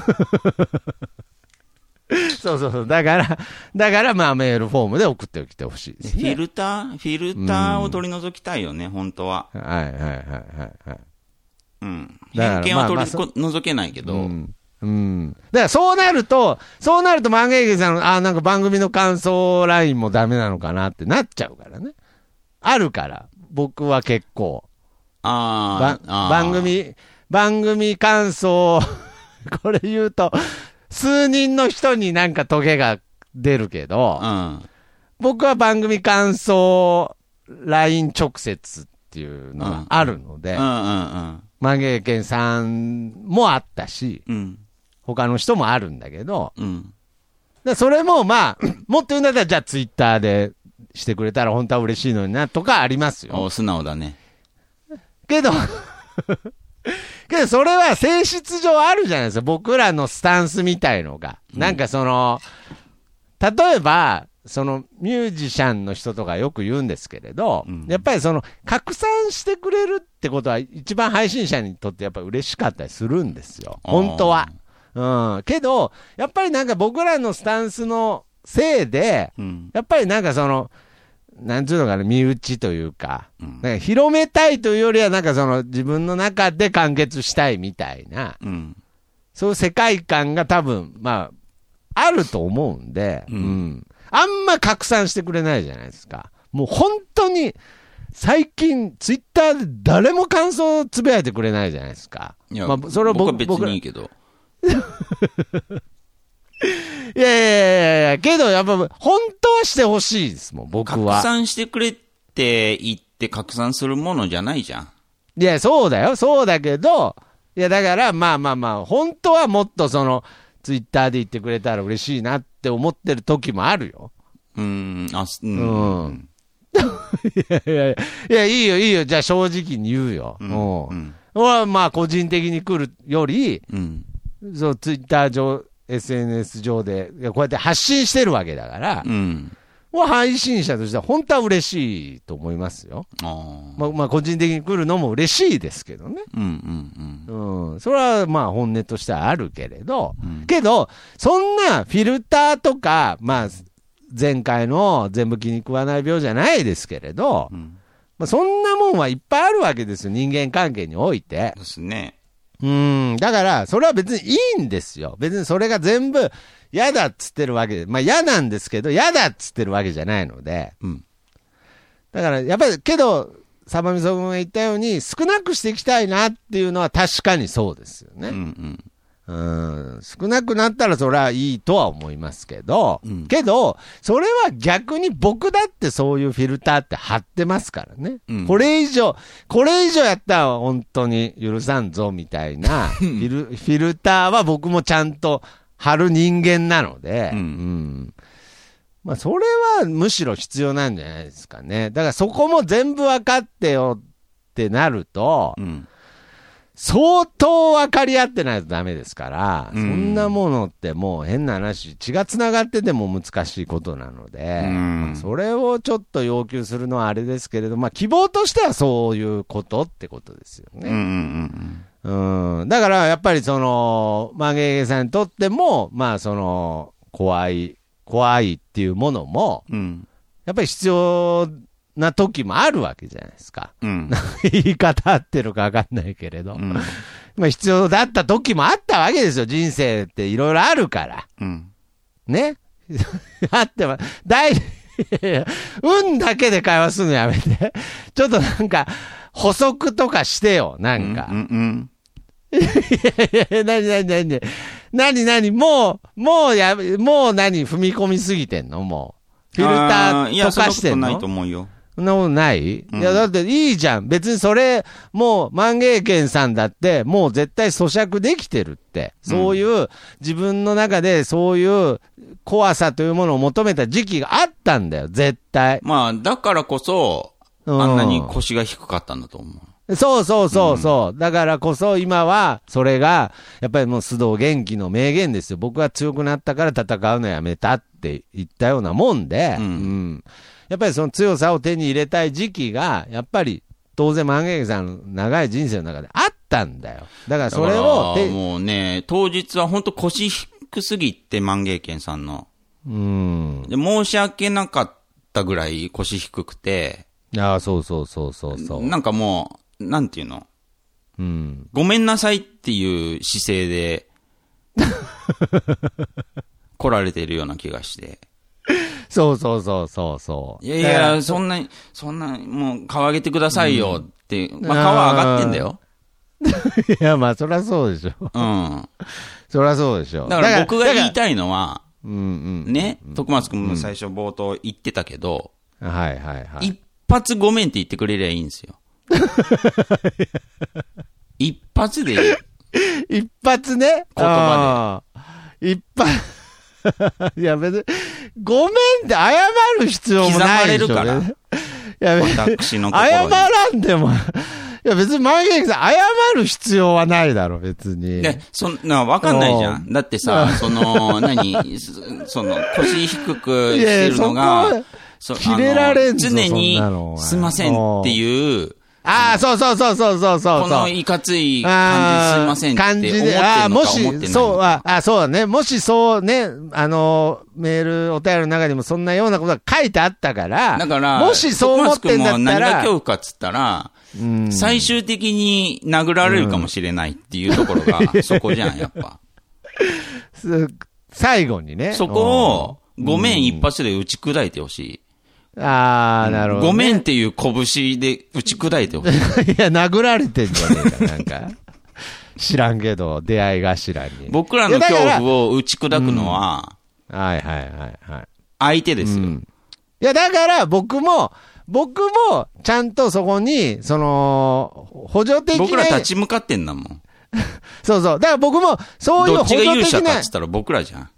そうそうそう。だから、だからまあメールフォームで送っておきてほしいですね。 フィルターフィルターを取り除きたいよね、うん、本当は。 はいはいはいはいはい。 うん。偏見は取り除けないけど。 まあまあうんうん。だからそうなると、そうなると万芸家さん、あ、なんか番組の感想ラインもダメなのかなってなっちゃうからね。あるから、僕は結構。 ああ。 番組、番組感想、これ言うと、数人の人になんかトゲが出るけど、 うん、 僕は番組感想 ライン 直接っていうのがあるので、万芸家さんもあったし、 うん、 他の人もあるんだけど、 うん、 でそれもまあ、もっと言うんだったらじゃあツイッターでしてくれたら本当は嬉しいのになとかありますよ。 お素直だね。 けど、けどそれは性質上あるじゃないですか。僕らのスタンスみたいのが。うん、なんかその、例えば、そのミュージシャンの人とかよく言うんですけれど、うん、やっぱりその拡散してくれるってことは一番配信者にとってやっぱり嬉しかったりするんですよ。本当は。うん。けど、やっぱりなんか僕らのスタンスのせいで、うん、やっぱりなんかその、なんつうのかな、身内というか、うん、なんか広めたいというよりは、なんかその自分の中で完結したいみたいな、 うん、 そういう世界観が多分、まあ、あると思うんで、うんうん、あんま拡散してくれないじゃないですか。もう本当に、最近、ツイッターで誰も感想をつぶやいてくれないじゃないですか。 いや、まあ、それは僕は別にいいけど。 いやいやいやいや、けどやっぱ本当はしてほしいですもん、僕は。 拡散してくれって言って拡散するものじゃないじゃん。 いや、そうだよ、そうだけど、いやだからまあまあまあ、本当はもっとその、ツイッターで言ってくれたら嬉しいなって思ってる時もあるよ。 うーん、あ、うん。うん、 いやいやいや、いや、いいよいいよ、じゃあ正直に言うよ。うん。うん。俺はまあ個人的に来るより、 うん、 そう、ツイッター上、エスエヌエス 上でこうやって発信してるわけだから、 うん、 もう配信者としては本当は嬉しいと思いますよ。 あまあ、まあ個人的に来るのも嬉しいですけどね。 うんうんうん。 うん。それはまあ本音としてはあるけれど、 うん、 けど、そんなフィルターとか、まあ前回の全部気に食わない病じゃないですけれど、 うん、 まあ、そんなもんはいっぱいあるわけですよ。人間関係において。 ですね。 うん、だから、それは別にいいんですよ。別にそれが全部嫌だっつってるわけで、まあ嫌なんですけど、嫌だっつってるわけじゃないので。 うん。 だから、やっぱり、けど、サバミソ君が言ったように、少なくしていきたいなっていうのは確かにそうですよね。 うんうん。 うん、少なくなったらそれはいいとは思いますけど、 うん、 けど、それは逆に僕だってそういうフィルターって貼ってますからね。 うん、 これ以上、これ以上やったら本当に許さんぞみたいなフィル、フィルターは僕もちゃんと貼る人間なので、 うんうん、まあそれはむしろ必要なんじゃないですかね。だからそこも全部分かってよってなると、 うん相当分かり合ってないとダメですから、 うん、 そんなものってもう変な話、血がつながってても難しいことなので、 うんまあ、それをちょっと要求するのはあれですけれど、まあ、希望としてはそういうことってことですよね。 うんうんうんうん、だからやっぱりその、万芸家さんにとっても、まあその、怖い、怖いっていうものも、 うん、 やっぱり必要な時もあるわけじゃないですか。 うん、 言い方合ってるか分かんないけれど、 うん、 まあ必要だった時もあったわけですよ。人生っていろいろあるから。 うん、 ねあっても、大、運だけで会話するのやめて。ちょっとなんか、補足とかしてよ、なんか。 うんうんうん、 いやいや、なになになになになにもう、もうや、もう何踏み込みすぎてんのもう。フィルター溶かしてんの？ いや、そんなことないと思うよ。 そんなことない、うん、いや、だっていいじゃん。別にそれ、もう、万芸軒さんだって、もう絶対咀嚼できてるって。そういう、うん、自分の中でそういう怖さというものを求めた時期があったんだよ、絶対。 まあ、だからこそ、あんなに腰が低かったんだと思う。 そうそうそうそう、うん。だからこそ今は、それが、やっぱりもう須藤元気の名言ですよ。僕は強くなったから戦うのやめたって言ったようなもんで、うん。うん、やっぱりその強さを手に入れたい時期が、やっぱり当然万芸さんの長い人生の中であったんだよ。だからそれを。 もうね、当日は本当腰低すぎて万芸軒さんの。うん。で、申し訳なかったぐらい腰低くて。 ああ、そうそうそうそうそう。 なんかもう、なんていうの、うん、ごめんなさいっていう姿勢で来られているような気がして。 そうそうそうそうそう。 いやいや、そんな、そんな、もう顔上げてくださいよって、うん、まあ顔上がってんだよ。 いや、まあそりゃそうでしょ。うん。そりゃそうでしょ。 だから僕が言いたいのは、うんうん、ね、徳松君も最初冒頭言ってたけど、 うん、はいはいはい。 一発ごめんって言ってくれりゃいいんですよ。一発でいい。 一発ね。 言葉で。一発。いや別に、ごめんって謝る必要もないでしょ。刻まれるから。いや私の心に。 謝らんでも。いや別に万芸さん謝る必要はないだろ、別に。 で、そんな、わかんないじゃん。だってさ、その、何、その、腰低くしてるのが、いやそ切れられんぞ常に、すいませんっていう、 ああ、そうそうそうそうそうそう。 このいかつい感じすいませんって思ってるのか思ってないのか。もし、 そう、ああ、そうだね。もしそうね、あの、メール、お便りの中にもそんなようなことが書いてあったから、 だから、 もしそう思ってんだったら。 何が恐怖かっつったら、うん、最終的に殴られるかもしれないっていうところが、うん、そこじゃん、やっぱ。 最後にね。 そこを、ごめん一発で打ち砕いてほしい。 ああ、なるほど、ね。 ごめんっていう拳で打ち砕いてほしい。 いや、殴られてんじゃねえか、なんか。知らんけど、出会い頭に。 僕らの恐怖を打ち砕くのは、 うん、はいはいはいはい。 相手ですよ、うん。 いや、だから僕も、僕も、ちゃんとそこに、その、補助的な。 僕ら立ち向かってんだもん。 そうそう。だから僕も、そういう補助的な。どっちが勇者かっつったら僕らじゃん。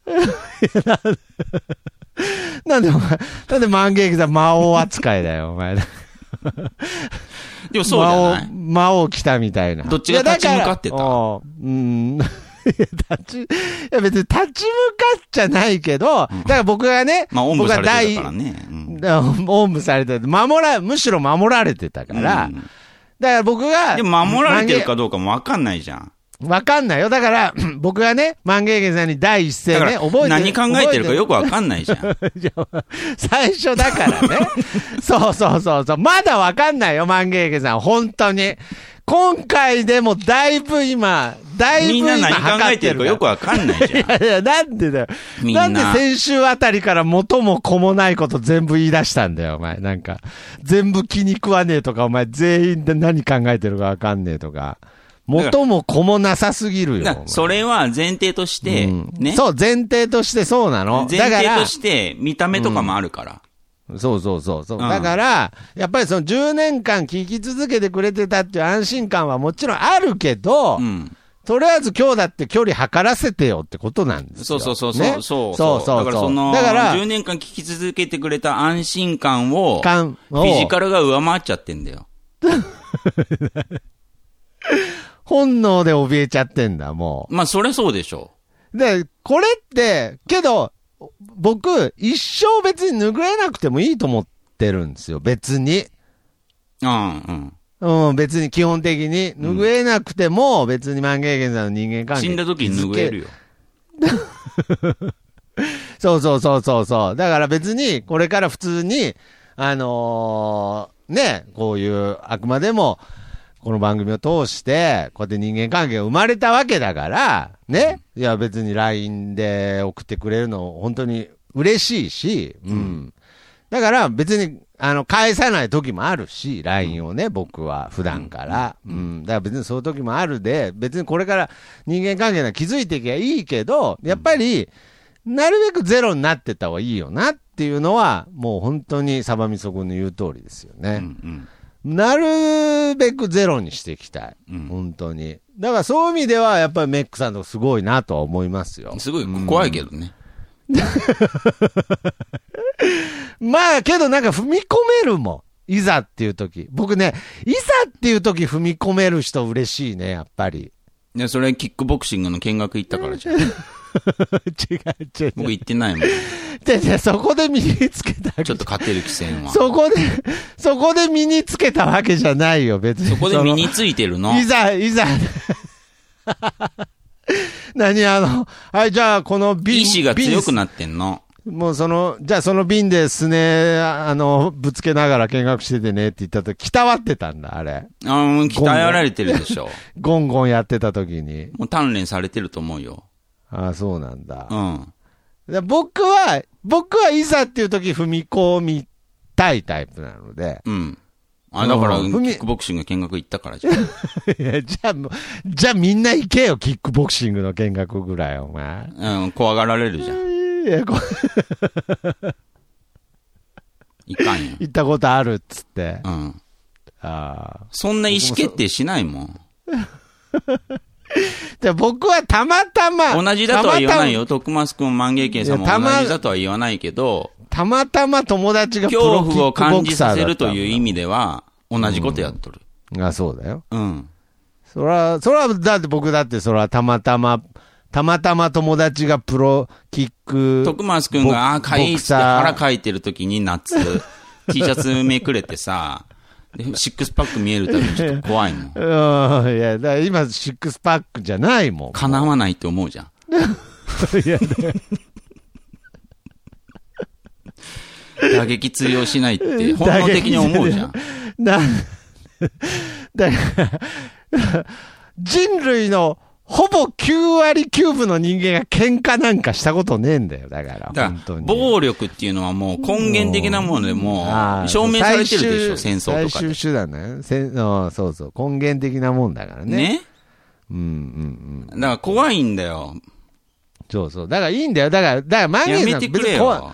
なんでお前、なんで万芸さん魔王扱いだよ、お前。 でもそうじゃない？ 魔王、魔王来たみたいな。 どっちが立ち向かってた？ うん。立ち、いや別に立ち向かっちゃないけど、うん、だから僕がね、 まあ、おんぶされてたからね。 うん、おんぶされてて、守ら、むしろ守られてたから、うん、だから僕が。 でも守られてるかどうかもわかんないじゃん。 わかんないよ。だから、僕がね、万芸軒さんに第一声ね、覚えてる。 何考えてるかよくわかんないじゃん。 最初だからね。そうそうそうそう。まだわかんないよ、万芸軒さん。本当に。今回でもだいぶ今、だいぶ今みんな何考えてるかよくわかんないじゃん。いやいや、なんでだよ。みんな。なんで先週あたりから元も子もないこと全部言い出したんだよ、お前。なんか、全部気に食わねえとか、お前全員で何考えてるかわかんねえとか。元も子もなさすぎるよ。 それは前提として、うん、ね。 そう、前提としてそうなの。 前提として、見た目とかもあるから。 うん、そうそうそうそう、うん。だから、やっぱりそのじゅうねんかん聞き続けてくれてたっていう安心感はもちろんあるけど、うん、とりあえず今日だって距離測らせてよってことなんですよ。 そうそうそうそう。 ね、 そうそうそうそう。 だからその、だからじゅうねんかん聞き続けてくれた安心感を、感をフィジカルが上回っちゃってんだよ。 本能で怯えちゃってんだ、もう。まあ、そりゃそうでしょう。で、これって、けど、僕、一生別に拭えなくてもいいと思ってるんですよ、別に。 うん、 うん。うん、別に基本的に。拭えなくても、別に万芸軒さんの人間関係。 死んだ時に拭えるよ。 そうそうそうそうそう。だから別に、これから普通に、あのー、ね、こういう、あくまでも、この番組を通して、こうやって人間関係が生まれたわけだから、ね。いや別に ライン で送ってくれるの本当に嬉しいし、うん。だから別に、 あの、返さない時もあるし、ライン をね、僕は普段から。うん。うん、だから別にそういう時もあるで、別にこれから人間関係が気づいていけばいいけど、やっぱり、なるべくゼロになってた方がいいよなっていうのは、もう本当にサバミソ君の言う通りですよね。うんうん、なるべくゼロにしていきたい。うん、本当に。だからそういう意味では、やっぱりメックさんとかすごいなとは思いますよ。 すごい怖いけどね。うんまあ、けどなんか踏み込めるもん。いざっていう時。僕ね、いざっていう時踏み込める人嬉しいね、やっぱり。 いや、それキックボクシングの見学行ったからじゃん。違う違う。 僕行ってないもん。 で、で、そこで身につけた。 ちょっと勝てる気せんは。 そこで、そこで身につけたわけじゃないよ、別に。 そこで身についてるの。 いざ、いざ。何あの、はい、じゃあこの瓶。 意志が強くなってんの。 もうその、じゃあその瓶ですね、あの、ぶつけながら見学しててねって言ったとき、鍛わってたんだ、あれ。 ああ、鍛えられてるでしょ。 ゴンゴンやってたときに。 もう鍛錬されてると思うよ。 ああ、そうなんだ。 うん。 で僕は、僕はいざっていうとき踏み込みたいタイプなので。 うん。あ、だから、キックボクシング見学行ったからじゃん。 いや、じゃあ、じゃあみんな行けよ、キックボクシングの見学ぐらい、お前。 うん、怖がられるじゃん。いや、こいかんよ。 行ったことあるっつって。 うん。 ああ。 そんな意思決定しないもん。 で僕はたまたま。 同じだとは言わないよ。徳松くん、万芸家さんも同じだとは言わないけど。 たまたま友達がプロキックボクサーだった。恐怖を感じさせるという意味では、同じことやっとる。 うん、あ、そうだよ。 うん。 そら、そら、だって僕だってそらたまたま、たまたま友達がプロキック。 徳松くんが、ああ、かいいって腹かいてる時に夏、T シャツめくれてさ、でシックスパック見えるたびにちょっと怖いもん。 うん、いや、だから今シックスパックじゃないもん。 叶わないって思うじゃん。いや、打撃通用しないって本能的に思うじゃん。な、 だから人類のほぼきゅうわりきゅうぶの人間が喧嘩なんかしたことねえんだよ、だから。 だから暴力っていうのはもう根源的なものでもう証明されてるでしょ、戦争とかで。 最終手段だよ。せそうそう、根源的なもんだからね。 ね。 うんうんうん。 だから怖いんだよ。 そうそう。だからいいんだよ。だから、だからマゲーさんやめてくれよ。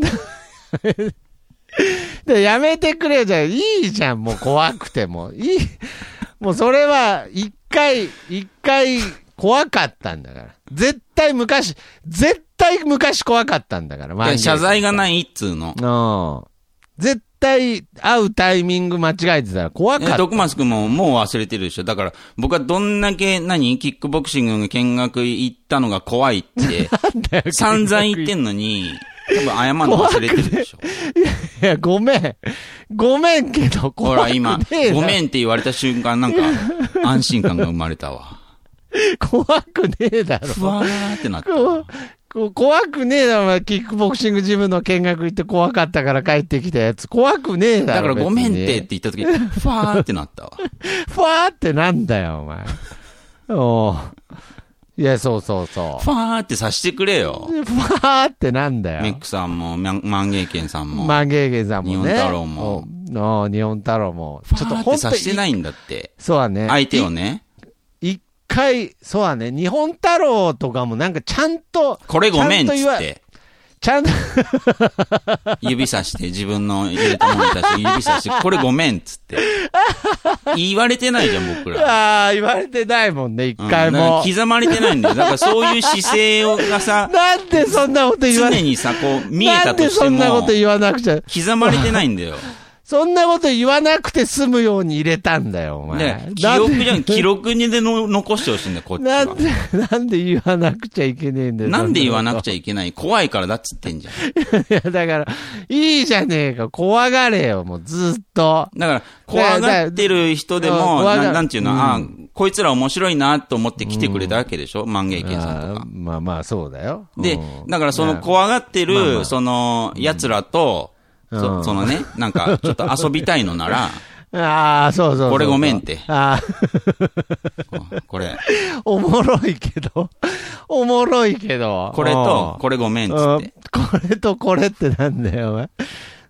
でやめてくれよじゃいいじゃん、もう怖くても。いい。もうそれは、一回、一回怖かったんだから。絶対昔、絶対昔怖かったんだから。 いや謝罪がないっつうの。 うん。絶対会うタイミング間違えてたら怖かった。 徳松くんももう忘れてるでしょ。だから僕はどんだけ何キックボクシングの見学行ったのが怖いって散々言ってんのに、多分謝るの忘れてるでしょ。 いや、ごめん。ごめんけど、 ほら今、ごめんって言われた瞬間なんか安心感が生まれたわ。 怖くねえだろ。 ふわーってなった。 こ怖くねえだろ、キックボクシングジムの見学行って怖かったから帰ってきたやつ。怖くねえだろ。 だからごめんってって言った時に、ふわーってなったわ。 ふわーってなんだよ、お前。おう。いや、そうそうそう。 ふわーってさしてくれよ。 ふわーってなんだよ。 メックさんも、万芸軒さんも。 万芸軒さんもね。 日本太郎も。 の日本太郎も。 ちょっとほんとさしてないんだって。 そうだね。 相手をね。 一回、そうだね。日本太郎とかもなんかちゃんと。 これごめんっつって。 ちゃんと指さして自分の入れたものに対して指さしてこれごめんっつって言われてないじゃん僕ら。 ああ言われてないもんね一回も、 うん、刻まれてないんだよ。だからそういう姿勢をがさなんでそんなこと言わ常にさこう見えたとしてもなんでそんなこと言わなくちゃ刻まれてないんだよ。 そんなこと言わなくて済むように入れたんだよ、お前。 ね、記録じゃん、記録にでの残してほしいんだよ、こっちは。 なんで、なんで言わなくちゃいけねえんだよ。 なんで言わなくちゃいけない怖いからだっつってんじゃん。 いや、だから、いいじゃねえか、怖がれよ、もうずっと。 だから、怖がってる人でも、な, なんていうの、うん、あこいつら面白いなと思って来てくれたわけでしょ、うん、万芸軒さんとか。 まあまあ、そうだよ。 で、うん、だからその怖がってる、まあまあ、その、奴らと、うん、そ, そのね、なんか、ちょっと遊びたいのなら、 ああ、そうそうそう。 これごめんって。 ああ。これ。 おもろいけど、おもろいけど。 これと、これごめんっつって。 これとこれってなんだよ、お前。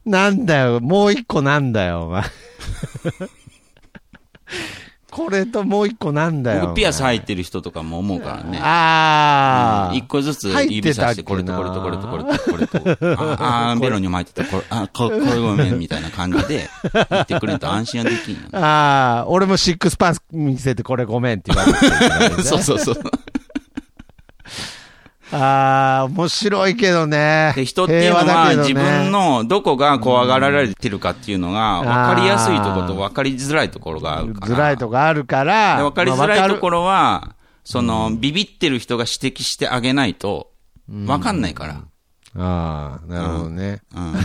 なんだよ、もう一個なんだよ、お前。これともう一個なんだよ。 僕ピアス入ってる人とかも思うからね。 ああ、 うん。一個ずつ指さして、これとこれとこれとこれとこれと。ああ、ベロに巻いてた、これ、あ、これ、これごめん、みたいな感じで言ってくれると安心はできんよね。 ああ、俺もシックスパス見せてこれごめんって言われてる、ね。 そうそうそう。 ああ、面白いけどね。 で、人っていうのは、ね、自分のどこが怖がられてるかっていうのが分かりやすいところと分かりづらいところがあるから。 づらいところあるから。 分かりづらいところは、その、ビビってる人が指摘してあげないと分かんないから。 うん、ああ、なるほどね。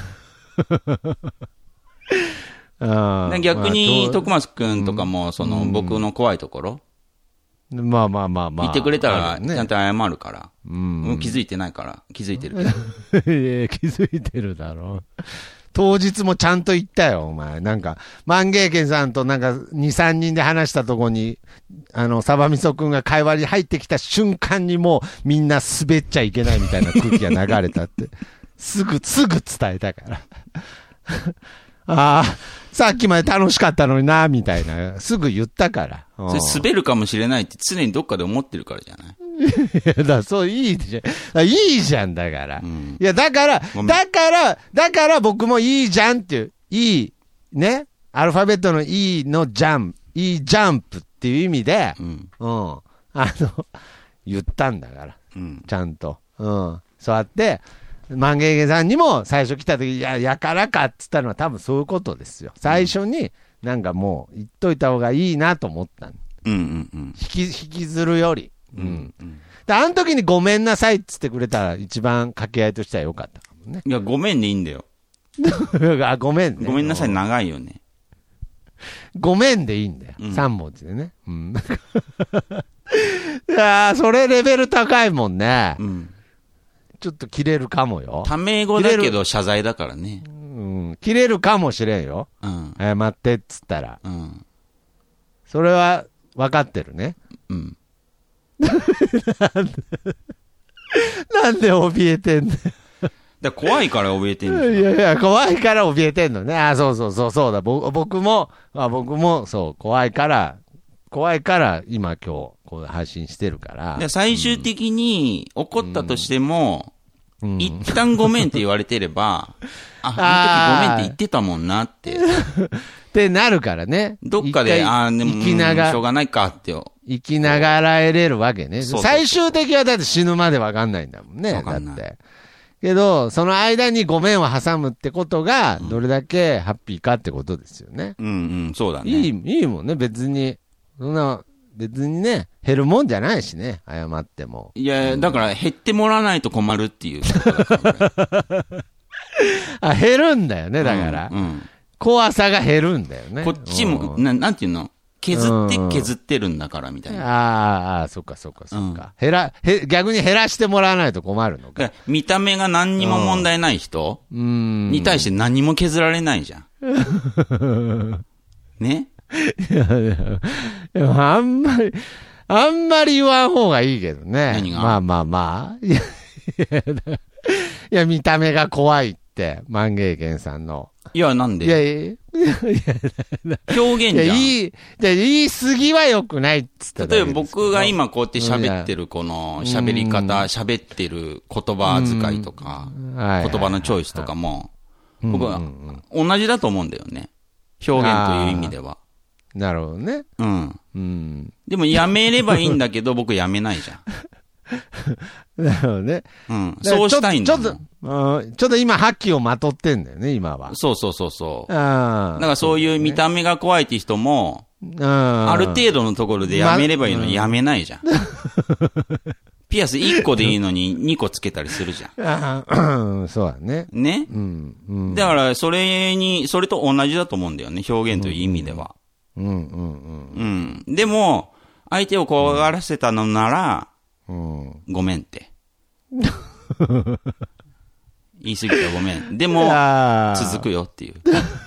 うん。うん、逆に、徳松くんとかも、その、僕の怖いところ。 まあまあまあまあ。 言ってくれたら、ちゃんと謝るから。うん。気づいてないから。気づいてるけど。 いや、気づいてるだろう。当日もちゃんと言ったよ、お前。なんか、万芸軒さんとなんか、に、さんにんで話したとこに、あの、サバミソくんが会話に入ってきた瞬間にもう、みんな滑っちゃいけないみたいな空気が流れたって。すぐ、すぐ伝えたから。ああ、さっきまで楽しかったのにな、みたいな。すぐ言ったから。 それ滑るかもしれないって常にどっかで思ってるからじゃないいや、だそう、いいじゃん。いいじゃん、だから。うん、いや、だから、だから、だから僕もいいじゃんっていう、いい、ね。アルファベットの E のジャンプ、いいジャンプっていう意味で、うん。うん、あの、言ったんだから。うん、ちゃんと。うん。そうやって、万芸芸さんにも最初来た時、いや、やからかって言ったのは多分そういうことですよ。最初になんかもう言っといた方がいいなと思ったの。うんうんうん。引き、引きずるより。うん。うん、で、あの時にごめんなさいって言ってくれたら一番掛け合いとしては良かったかもね。 いや、ごめんでいいんだよ。 あ、ごめんね。 ごめんなさい長いよね。 ごめんでいいんだよ。うん、さん文字でね。うん。いやー、それレベル高いもんね。うん。ちょっと切れるかもよ。 タメ語だけど謝罪だからね。 うん。切れるかもしれんよ。うん。謝ってっつったら。うん。それは分かってるね。うん。なんで怯えてんのだ怖いから怯えてんの。 いやいや、怖いから怯えてんのね。あ、そうそうそう、そうだ。僕も、あ、僕も、そう、怖いから、怖いから今今日こう配信してるから。 で最終的に怒ったとしても、うん、一旦ごめんって言われてれば、あ、あの時ごめんって言ってたもんなって。 ってなるからね。 どっかで、ああ、でも、しょうがないかって。 生きながらえれるわけね。そうそうそう最終的はだって死ぬまでわかんないんだもんね。わかんない。だって。けど、その間にごめんを挟むってことが、どれだけハッピーかってことですよね。 うんうん、そうだね。 いい、いいもんね、別に。そんな、別にね、減るもんじゃないしね、謝っても。 いや、うん、だから減ってもらわないと困るっていう。 あ、減るんだよね、だから、うんうん。怖さが減るんだよね。 こっちも、ななんていうの削って削ってるんだからみたいな。 ああ、そっかそっかそっか。減ら、へ、逆に減らしてもらわないと困るのか。 見た目が何にも問題ない人に対して何も削られないじゃん。ねいやいや、でもあんまり、あんまり言わん方がいいけどね。 何がまあまあまあ。いや、いや見た目が怖いって、万芸軒さんの。 いや、なんでいやいや、 表現じゃん。いや、 いい、言い過ぎは良くないっつっただけです。 例えば僕が今こうやって喋ってるこの喋り方、喋ってる言葉遣いとか、言葉のチョイスとかも、僕は同じだと思うんだよね。表現という意味では。 なるほどね。 うん。うん。でもやめればいいんだけど、僕やめないじゃん。なるほどね。 うん。そうしたいんだもん。 ちょっと、ちょっと今、覇気をまとってんだよね、今は。 そうそうそうそう。ああ。だからそういう見た目が怖いって人も、ある程度のところでやめればいいのにやめないじゃん。ピアスいっこでいいのににこつけたりするじゃん。そうだね。 ね。うん。うん、だから、それに、それと同じだと思うんだよね、表現という意味では。うんうんうん。うん。でも、相手を怖がらせたのなら、うん、ごめんって。言い過ぎたごめん。でも、続くよっていう。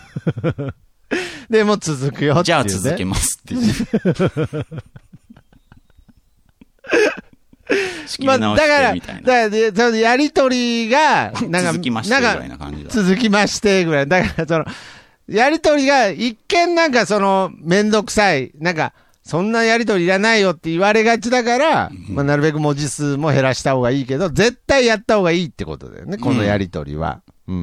でも続くよっていう、ね。 じゃあ続けますっていう。 仕切り直してみたいな。 まあ、だから、だから、やりとりが、 なんか、続きましてぐらいな感じだ。 続きましてぐらい。だから、その、やりとりが一見なんかその、めんどくさい。なんか、そんなやりとりいらないよって言われがちだから、うん、まあ、なるべく文字数も減らした方がいいけど、絶対やった方がいいってことだよね、このやりとりは。うん。うん、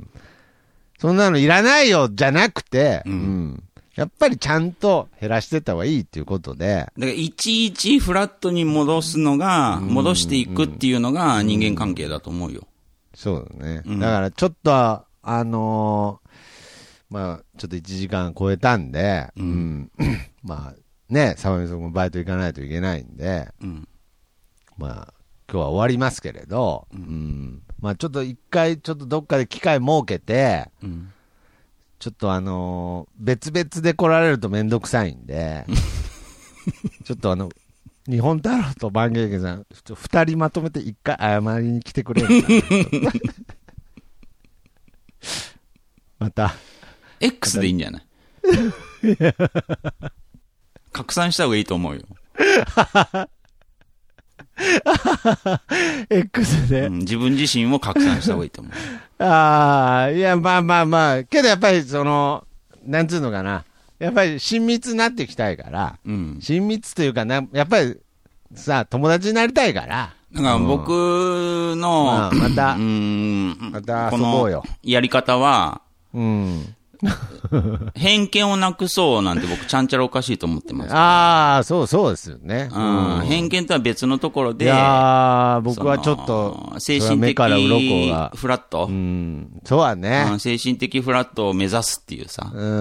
そんなのいらないよ、じゃなくて、うん、うん。やっぱりちゃんと減らしてった方がいいっていうことで。だから、いちいちフラットに戻すのが、戻していくっていうのが人間関係だと思うよ。 そうだね。うん、だから、ちょっと、あのー、まあ、ちょっといちじかん超えたんで、うん。うん、まあ、ね、サバミソもバイト行かないといけないんで、うん、まあ、今日は終わりますけれど、うんうん、まあちょっと一回、ちょっとどっかで機会設けて、うん、ちょっとあのー、別々で来られるとめんどくさいんで、ちょっとあの、日本太郎とバンゲーゲさん、二人まとめて一回謝りに来てくれるかなまた。 X でいいんじゃない拡散した方がいいと思うよ。 X で、うん、 自分自身を拡散した方がいいと思う。 ああ、いや、まあまあまあ、けどやっぱりその、なんつうのかな。やっぱり親密になっていきたいから、うん、親密というかな、やっぱりさ、友達になりたいから。 だから僕の、 まあ、また、うん、また遊ぼうよ。 やり方は、うん。偏見をなくそうなんて僕ちゃんちゃらおかしいと思ってます、ね。 ああ、そうそうですよね。 うん。うん、偏見とは別のところで。いや僕はちょっと、 精神的フラット。 うん。そうはね、 うん。精神的フラットを目指すっていうさ。うん。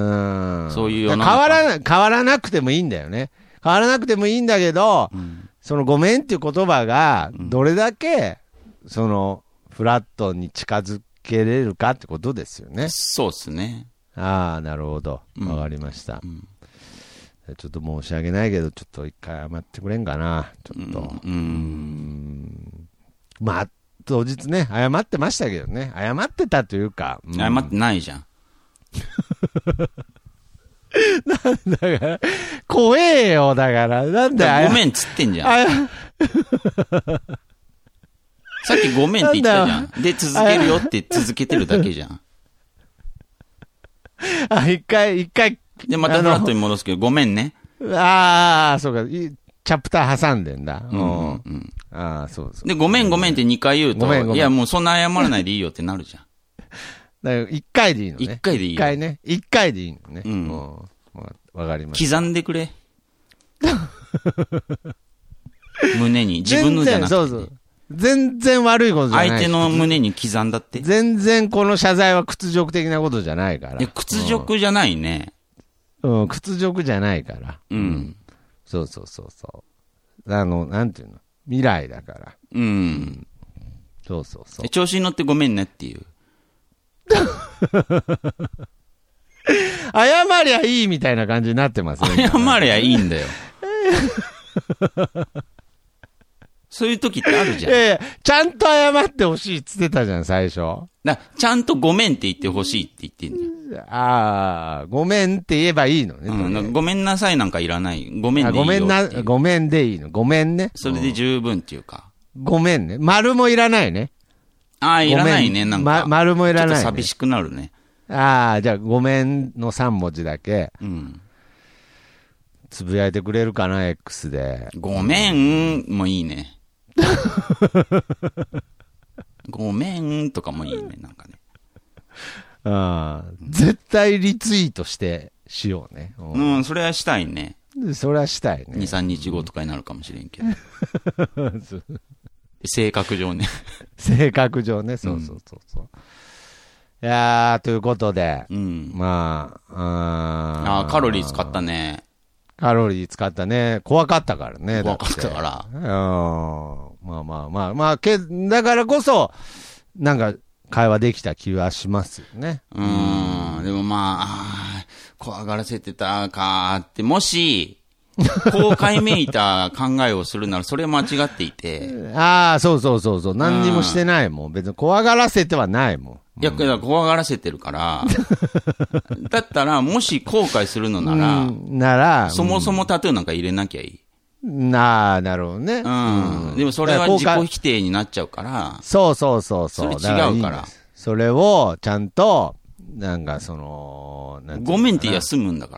そういうような。 変わらな、変わらなくてもいいんだよね。変わらなくてもいいんだけど、うん、そのごめんっていう言葉が、どれだけ、その、フラットに近づけれるかってことですよね。 そうですね。 ああ、なるほど。わかりました、うんうん。ちょっと申し訳ないけど、ちょっと一回謝ってくれんかな。ちょっと。うん。うーんまあ、当日ね、謝ってましたけどね。謝ってたというか。 うん、謝ってないじゃん。 なんだから、怖えよ、だから。なんでごめんっつってんじゃん。さっきごめんって言ったじゃん。で、続けるよって続けてるだけじゃん。 あ、一回、一回。 で、またフラットに戻すけど、ごめんね。 ああ、そうか。チャプター挟んでんだ。うん。うん、ああ、そうそう。 で、ごめんごめんってにかい言うと、ごめんごめんいや、もうそんな謝らないでいいよってなるじゃん。 だから一回でいいのね。 一回でいいよ。 一回ね。一回でいいのね。うん。もうわかりました。 刻んでくれ。胸に。自分のじゃなくて。そうそう。 全然悪いことじゃない。 相手の胸に刻んだって。 全然この謝罪は屈辱的なことじゃないから。いや、 屈辱じゃないね。 うん、屈辱じゃないから。うん。うん、そうそうそうそう。あの、なんていうの未来だから。うん。うん、そうそうそう。 調子に乗ってごめんねっていう。 謝りゃいいみたいな感じになってますね。 謝りゃいいんだよ。そういう時ってあるじゃん。 いやいや、ちゃんと謝ってほしいって言ってたじゃん、最初。 だちゃんとごめんって言ってほしいって言ってんじゃん。 ああ、ごめんって言えばいいのね。 うん、ごめんなさいなんかいらない。ごめんでいいよ。 ごめんな、ごめんでいいの。ごめんね。 それで十分っていうか。 ごめんね。丸もいらないね。 ああ、いらないね。なんか。 ま、丸もいらない、ね。ちょっと寂しくなるね。 ああ、じゃあ、ごめんのさん文字だけ。うん。つぶやいてくれるかな、X で。 ごめんもいいね。ごめんとかもいいね、なんかね。 ああ、絶対リツイートしてしようね。 うん、それはしたいね。 それはしたいね。 に、さんにちごとかになるかもしれんけど。性格上ね。 性格上ね、そうそうそうそう。うん、いやー、ということで、うん、まあ、ああ、カロリー使ったね。 カロリー使ったね。怖かったからね。 怖かったから。 うん。まあまあまあまあ、け、だからこそ、なんか、会話できた気はしますよね。 うん。うんでもまあ、怖がらせてたかって、もし、公開めいた考えをするなら、それ間違っていて。 ああ、そうそうそうそう。何にもしてないもん。別に怖がらせてはないもん。 いや、怖がらせてるから。だったら、もし後悔するのなら、 うん、なら、 そもそもタトゥーなんか入れなきゃいい。 なあ、なるほどね。 うん。うん、でもそれは自己否定になっちゃうから。 そうそうそうそう。 それ違うから。 それをちゃんと、なんかその、なんごめんって休むんだから。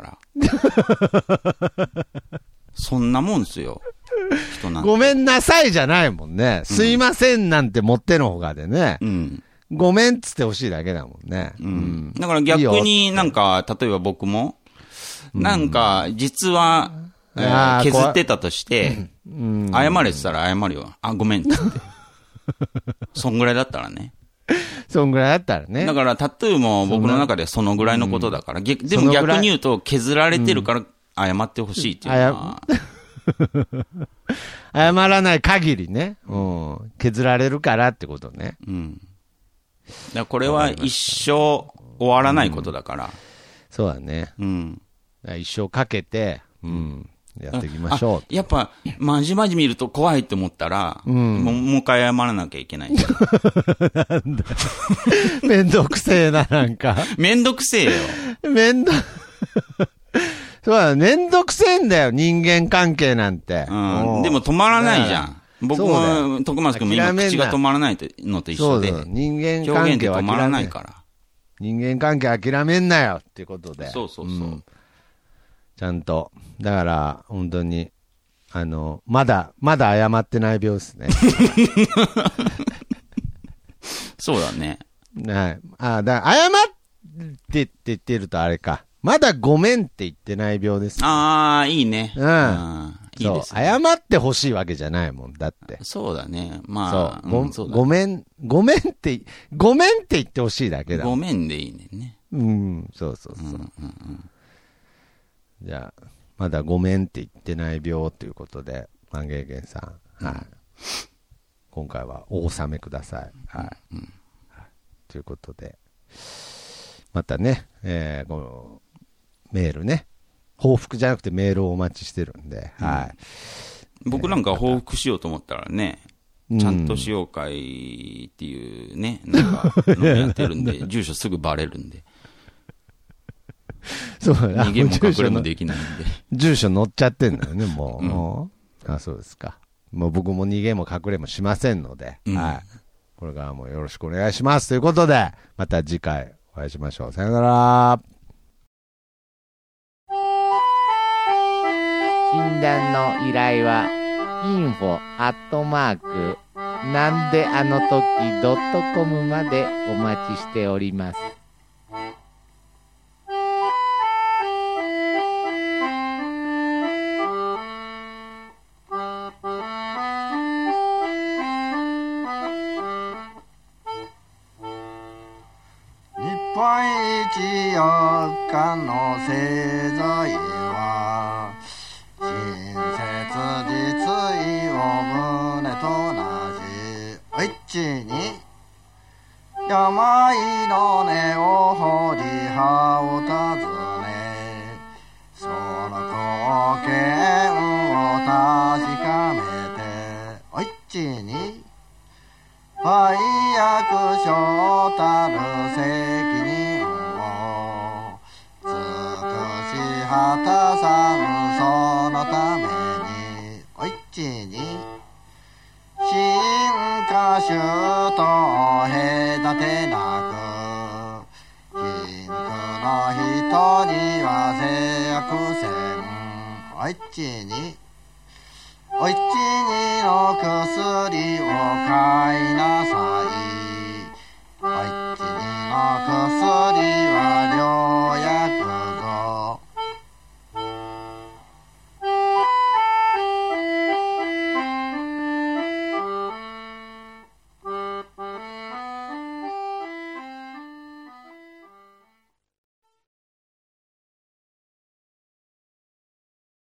そんなもんですよ。人なんて。 ごめんなさいじゃないもんね。すいませんなんてもってのほかでね。うん。ごめんっつってほしいだけだもんね。 うん。うん、だから逆になんか、例えば僕も、なんか、実は、えー、削ってたとして、うん、謝れって言ったら謝るよ。あ、ごめんって言って。そんぐらいだったらね。 そんぐらいだったらね。 だからタトゥーも僕の中でそのぐらいのことだから。うん、でも逆に言うと、削られてるから謝ってほしいっていうのは。 謝らない限りね、うん。削られるからってことね。うん。 だからこれは一生終わらないことだから。うん、 そうだね。うん。一生かけて、うん、やっていきましょう。 やっぱ、まじまじ見ると怖いって思ったら、うん、もう、もう一回謝らなきゃいけない。 なんだ。めんどくせえな、なんか。 めんどくせえよ。 めんど、そうだ、めんどくせえんだよ、人間関係なんて。 うん。でも止まらないじゃん。僕も、徳松君も今口が止まらないのと一緒で。 そう人間関係は止まらないから。 人間関係諦めんなよっていうことで。 そうそうそう。うんちゃんと。だから、本当に、あの、まだ、まだ謝ってない病ですね。 そうだね。 はい。あ、だから謝ってって言ってるとあれか。まだごめんって言ってない病です、ね。 ああ、いいね。 うん。いいですね。謝ってほしいわけじゃないもん、だって。 そうだね。まあ、そう。ご、うんそうだね、ごめん、ごめんって、ごめんって言ってほしいだけだ。 ごめんでいいねね。 うん、そうそうそう。うんうんうんじゃあ、まだごめんって言ってない病ということで、万芸源さん、はい、うん。今回はお納めください。はい。うん、ということで、またね、えー、このメールね、報復じゃなくてメールをお待ちしてるんで、うん、はい。 僕なんか報復しようと思ったらね、えー、ちゃんと使用会っていうね、なんかのやってるんで、住所すぐバレるんで。 そうだ逃げも隠れもできないんで。 住所載っちゃってんだよね、もう。うん、もうあ、そうですか。もう僕も逃げも隠れもしませんので、うん、はい。これからもよろしくお願いします。ということで、また次回お会いしましょう。さよなら。診断の依頼は、インフォアットマーク、なんであの時ドットコムまでお待ちしております。 日本一四日の製材は親切実意を胸と同じお一に病の根を掘り葉を尋ねその貢献を確かめてお一に配役所たる責任を尽くし果たさぬそのためにお一に新歌手と隔てなく貧苦の人には制約せんお一にお一にの薬を買いなさい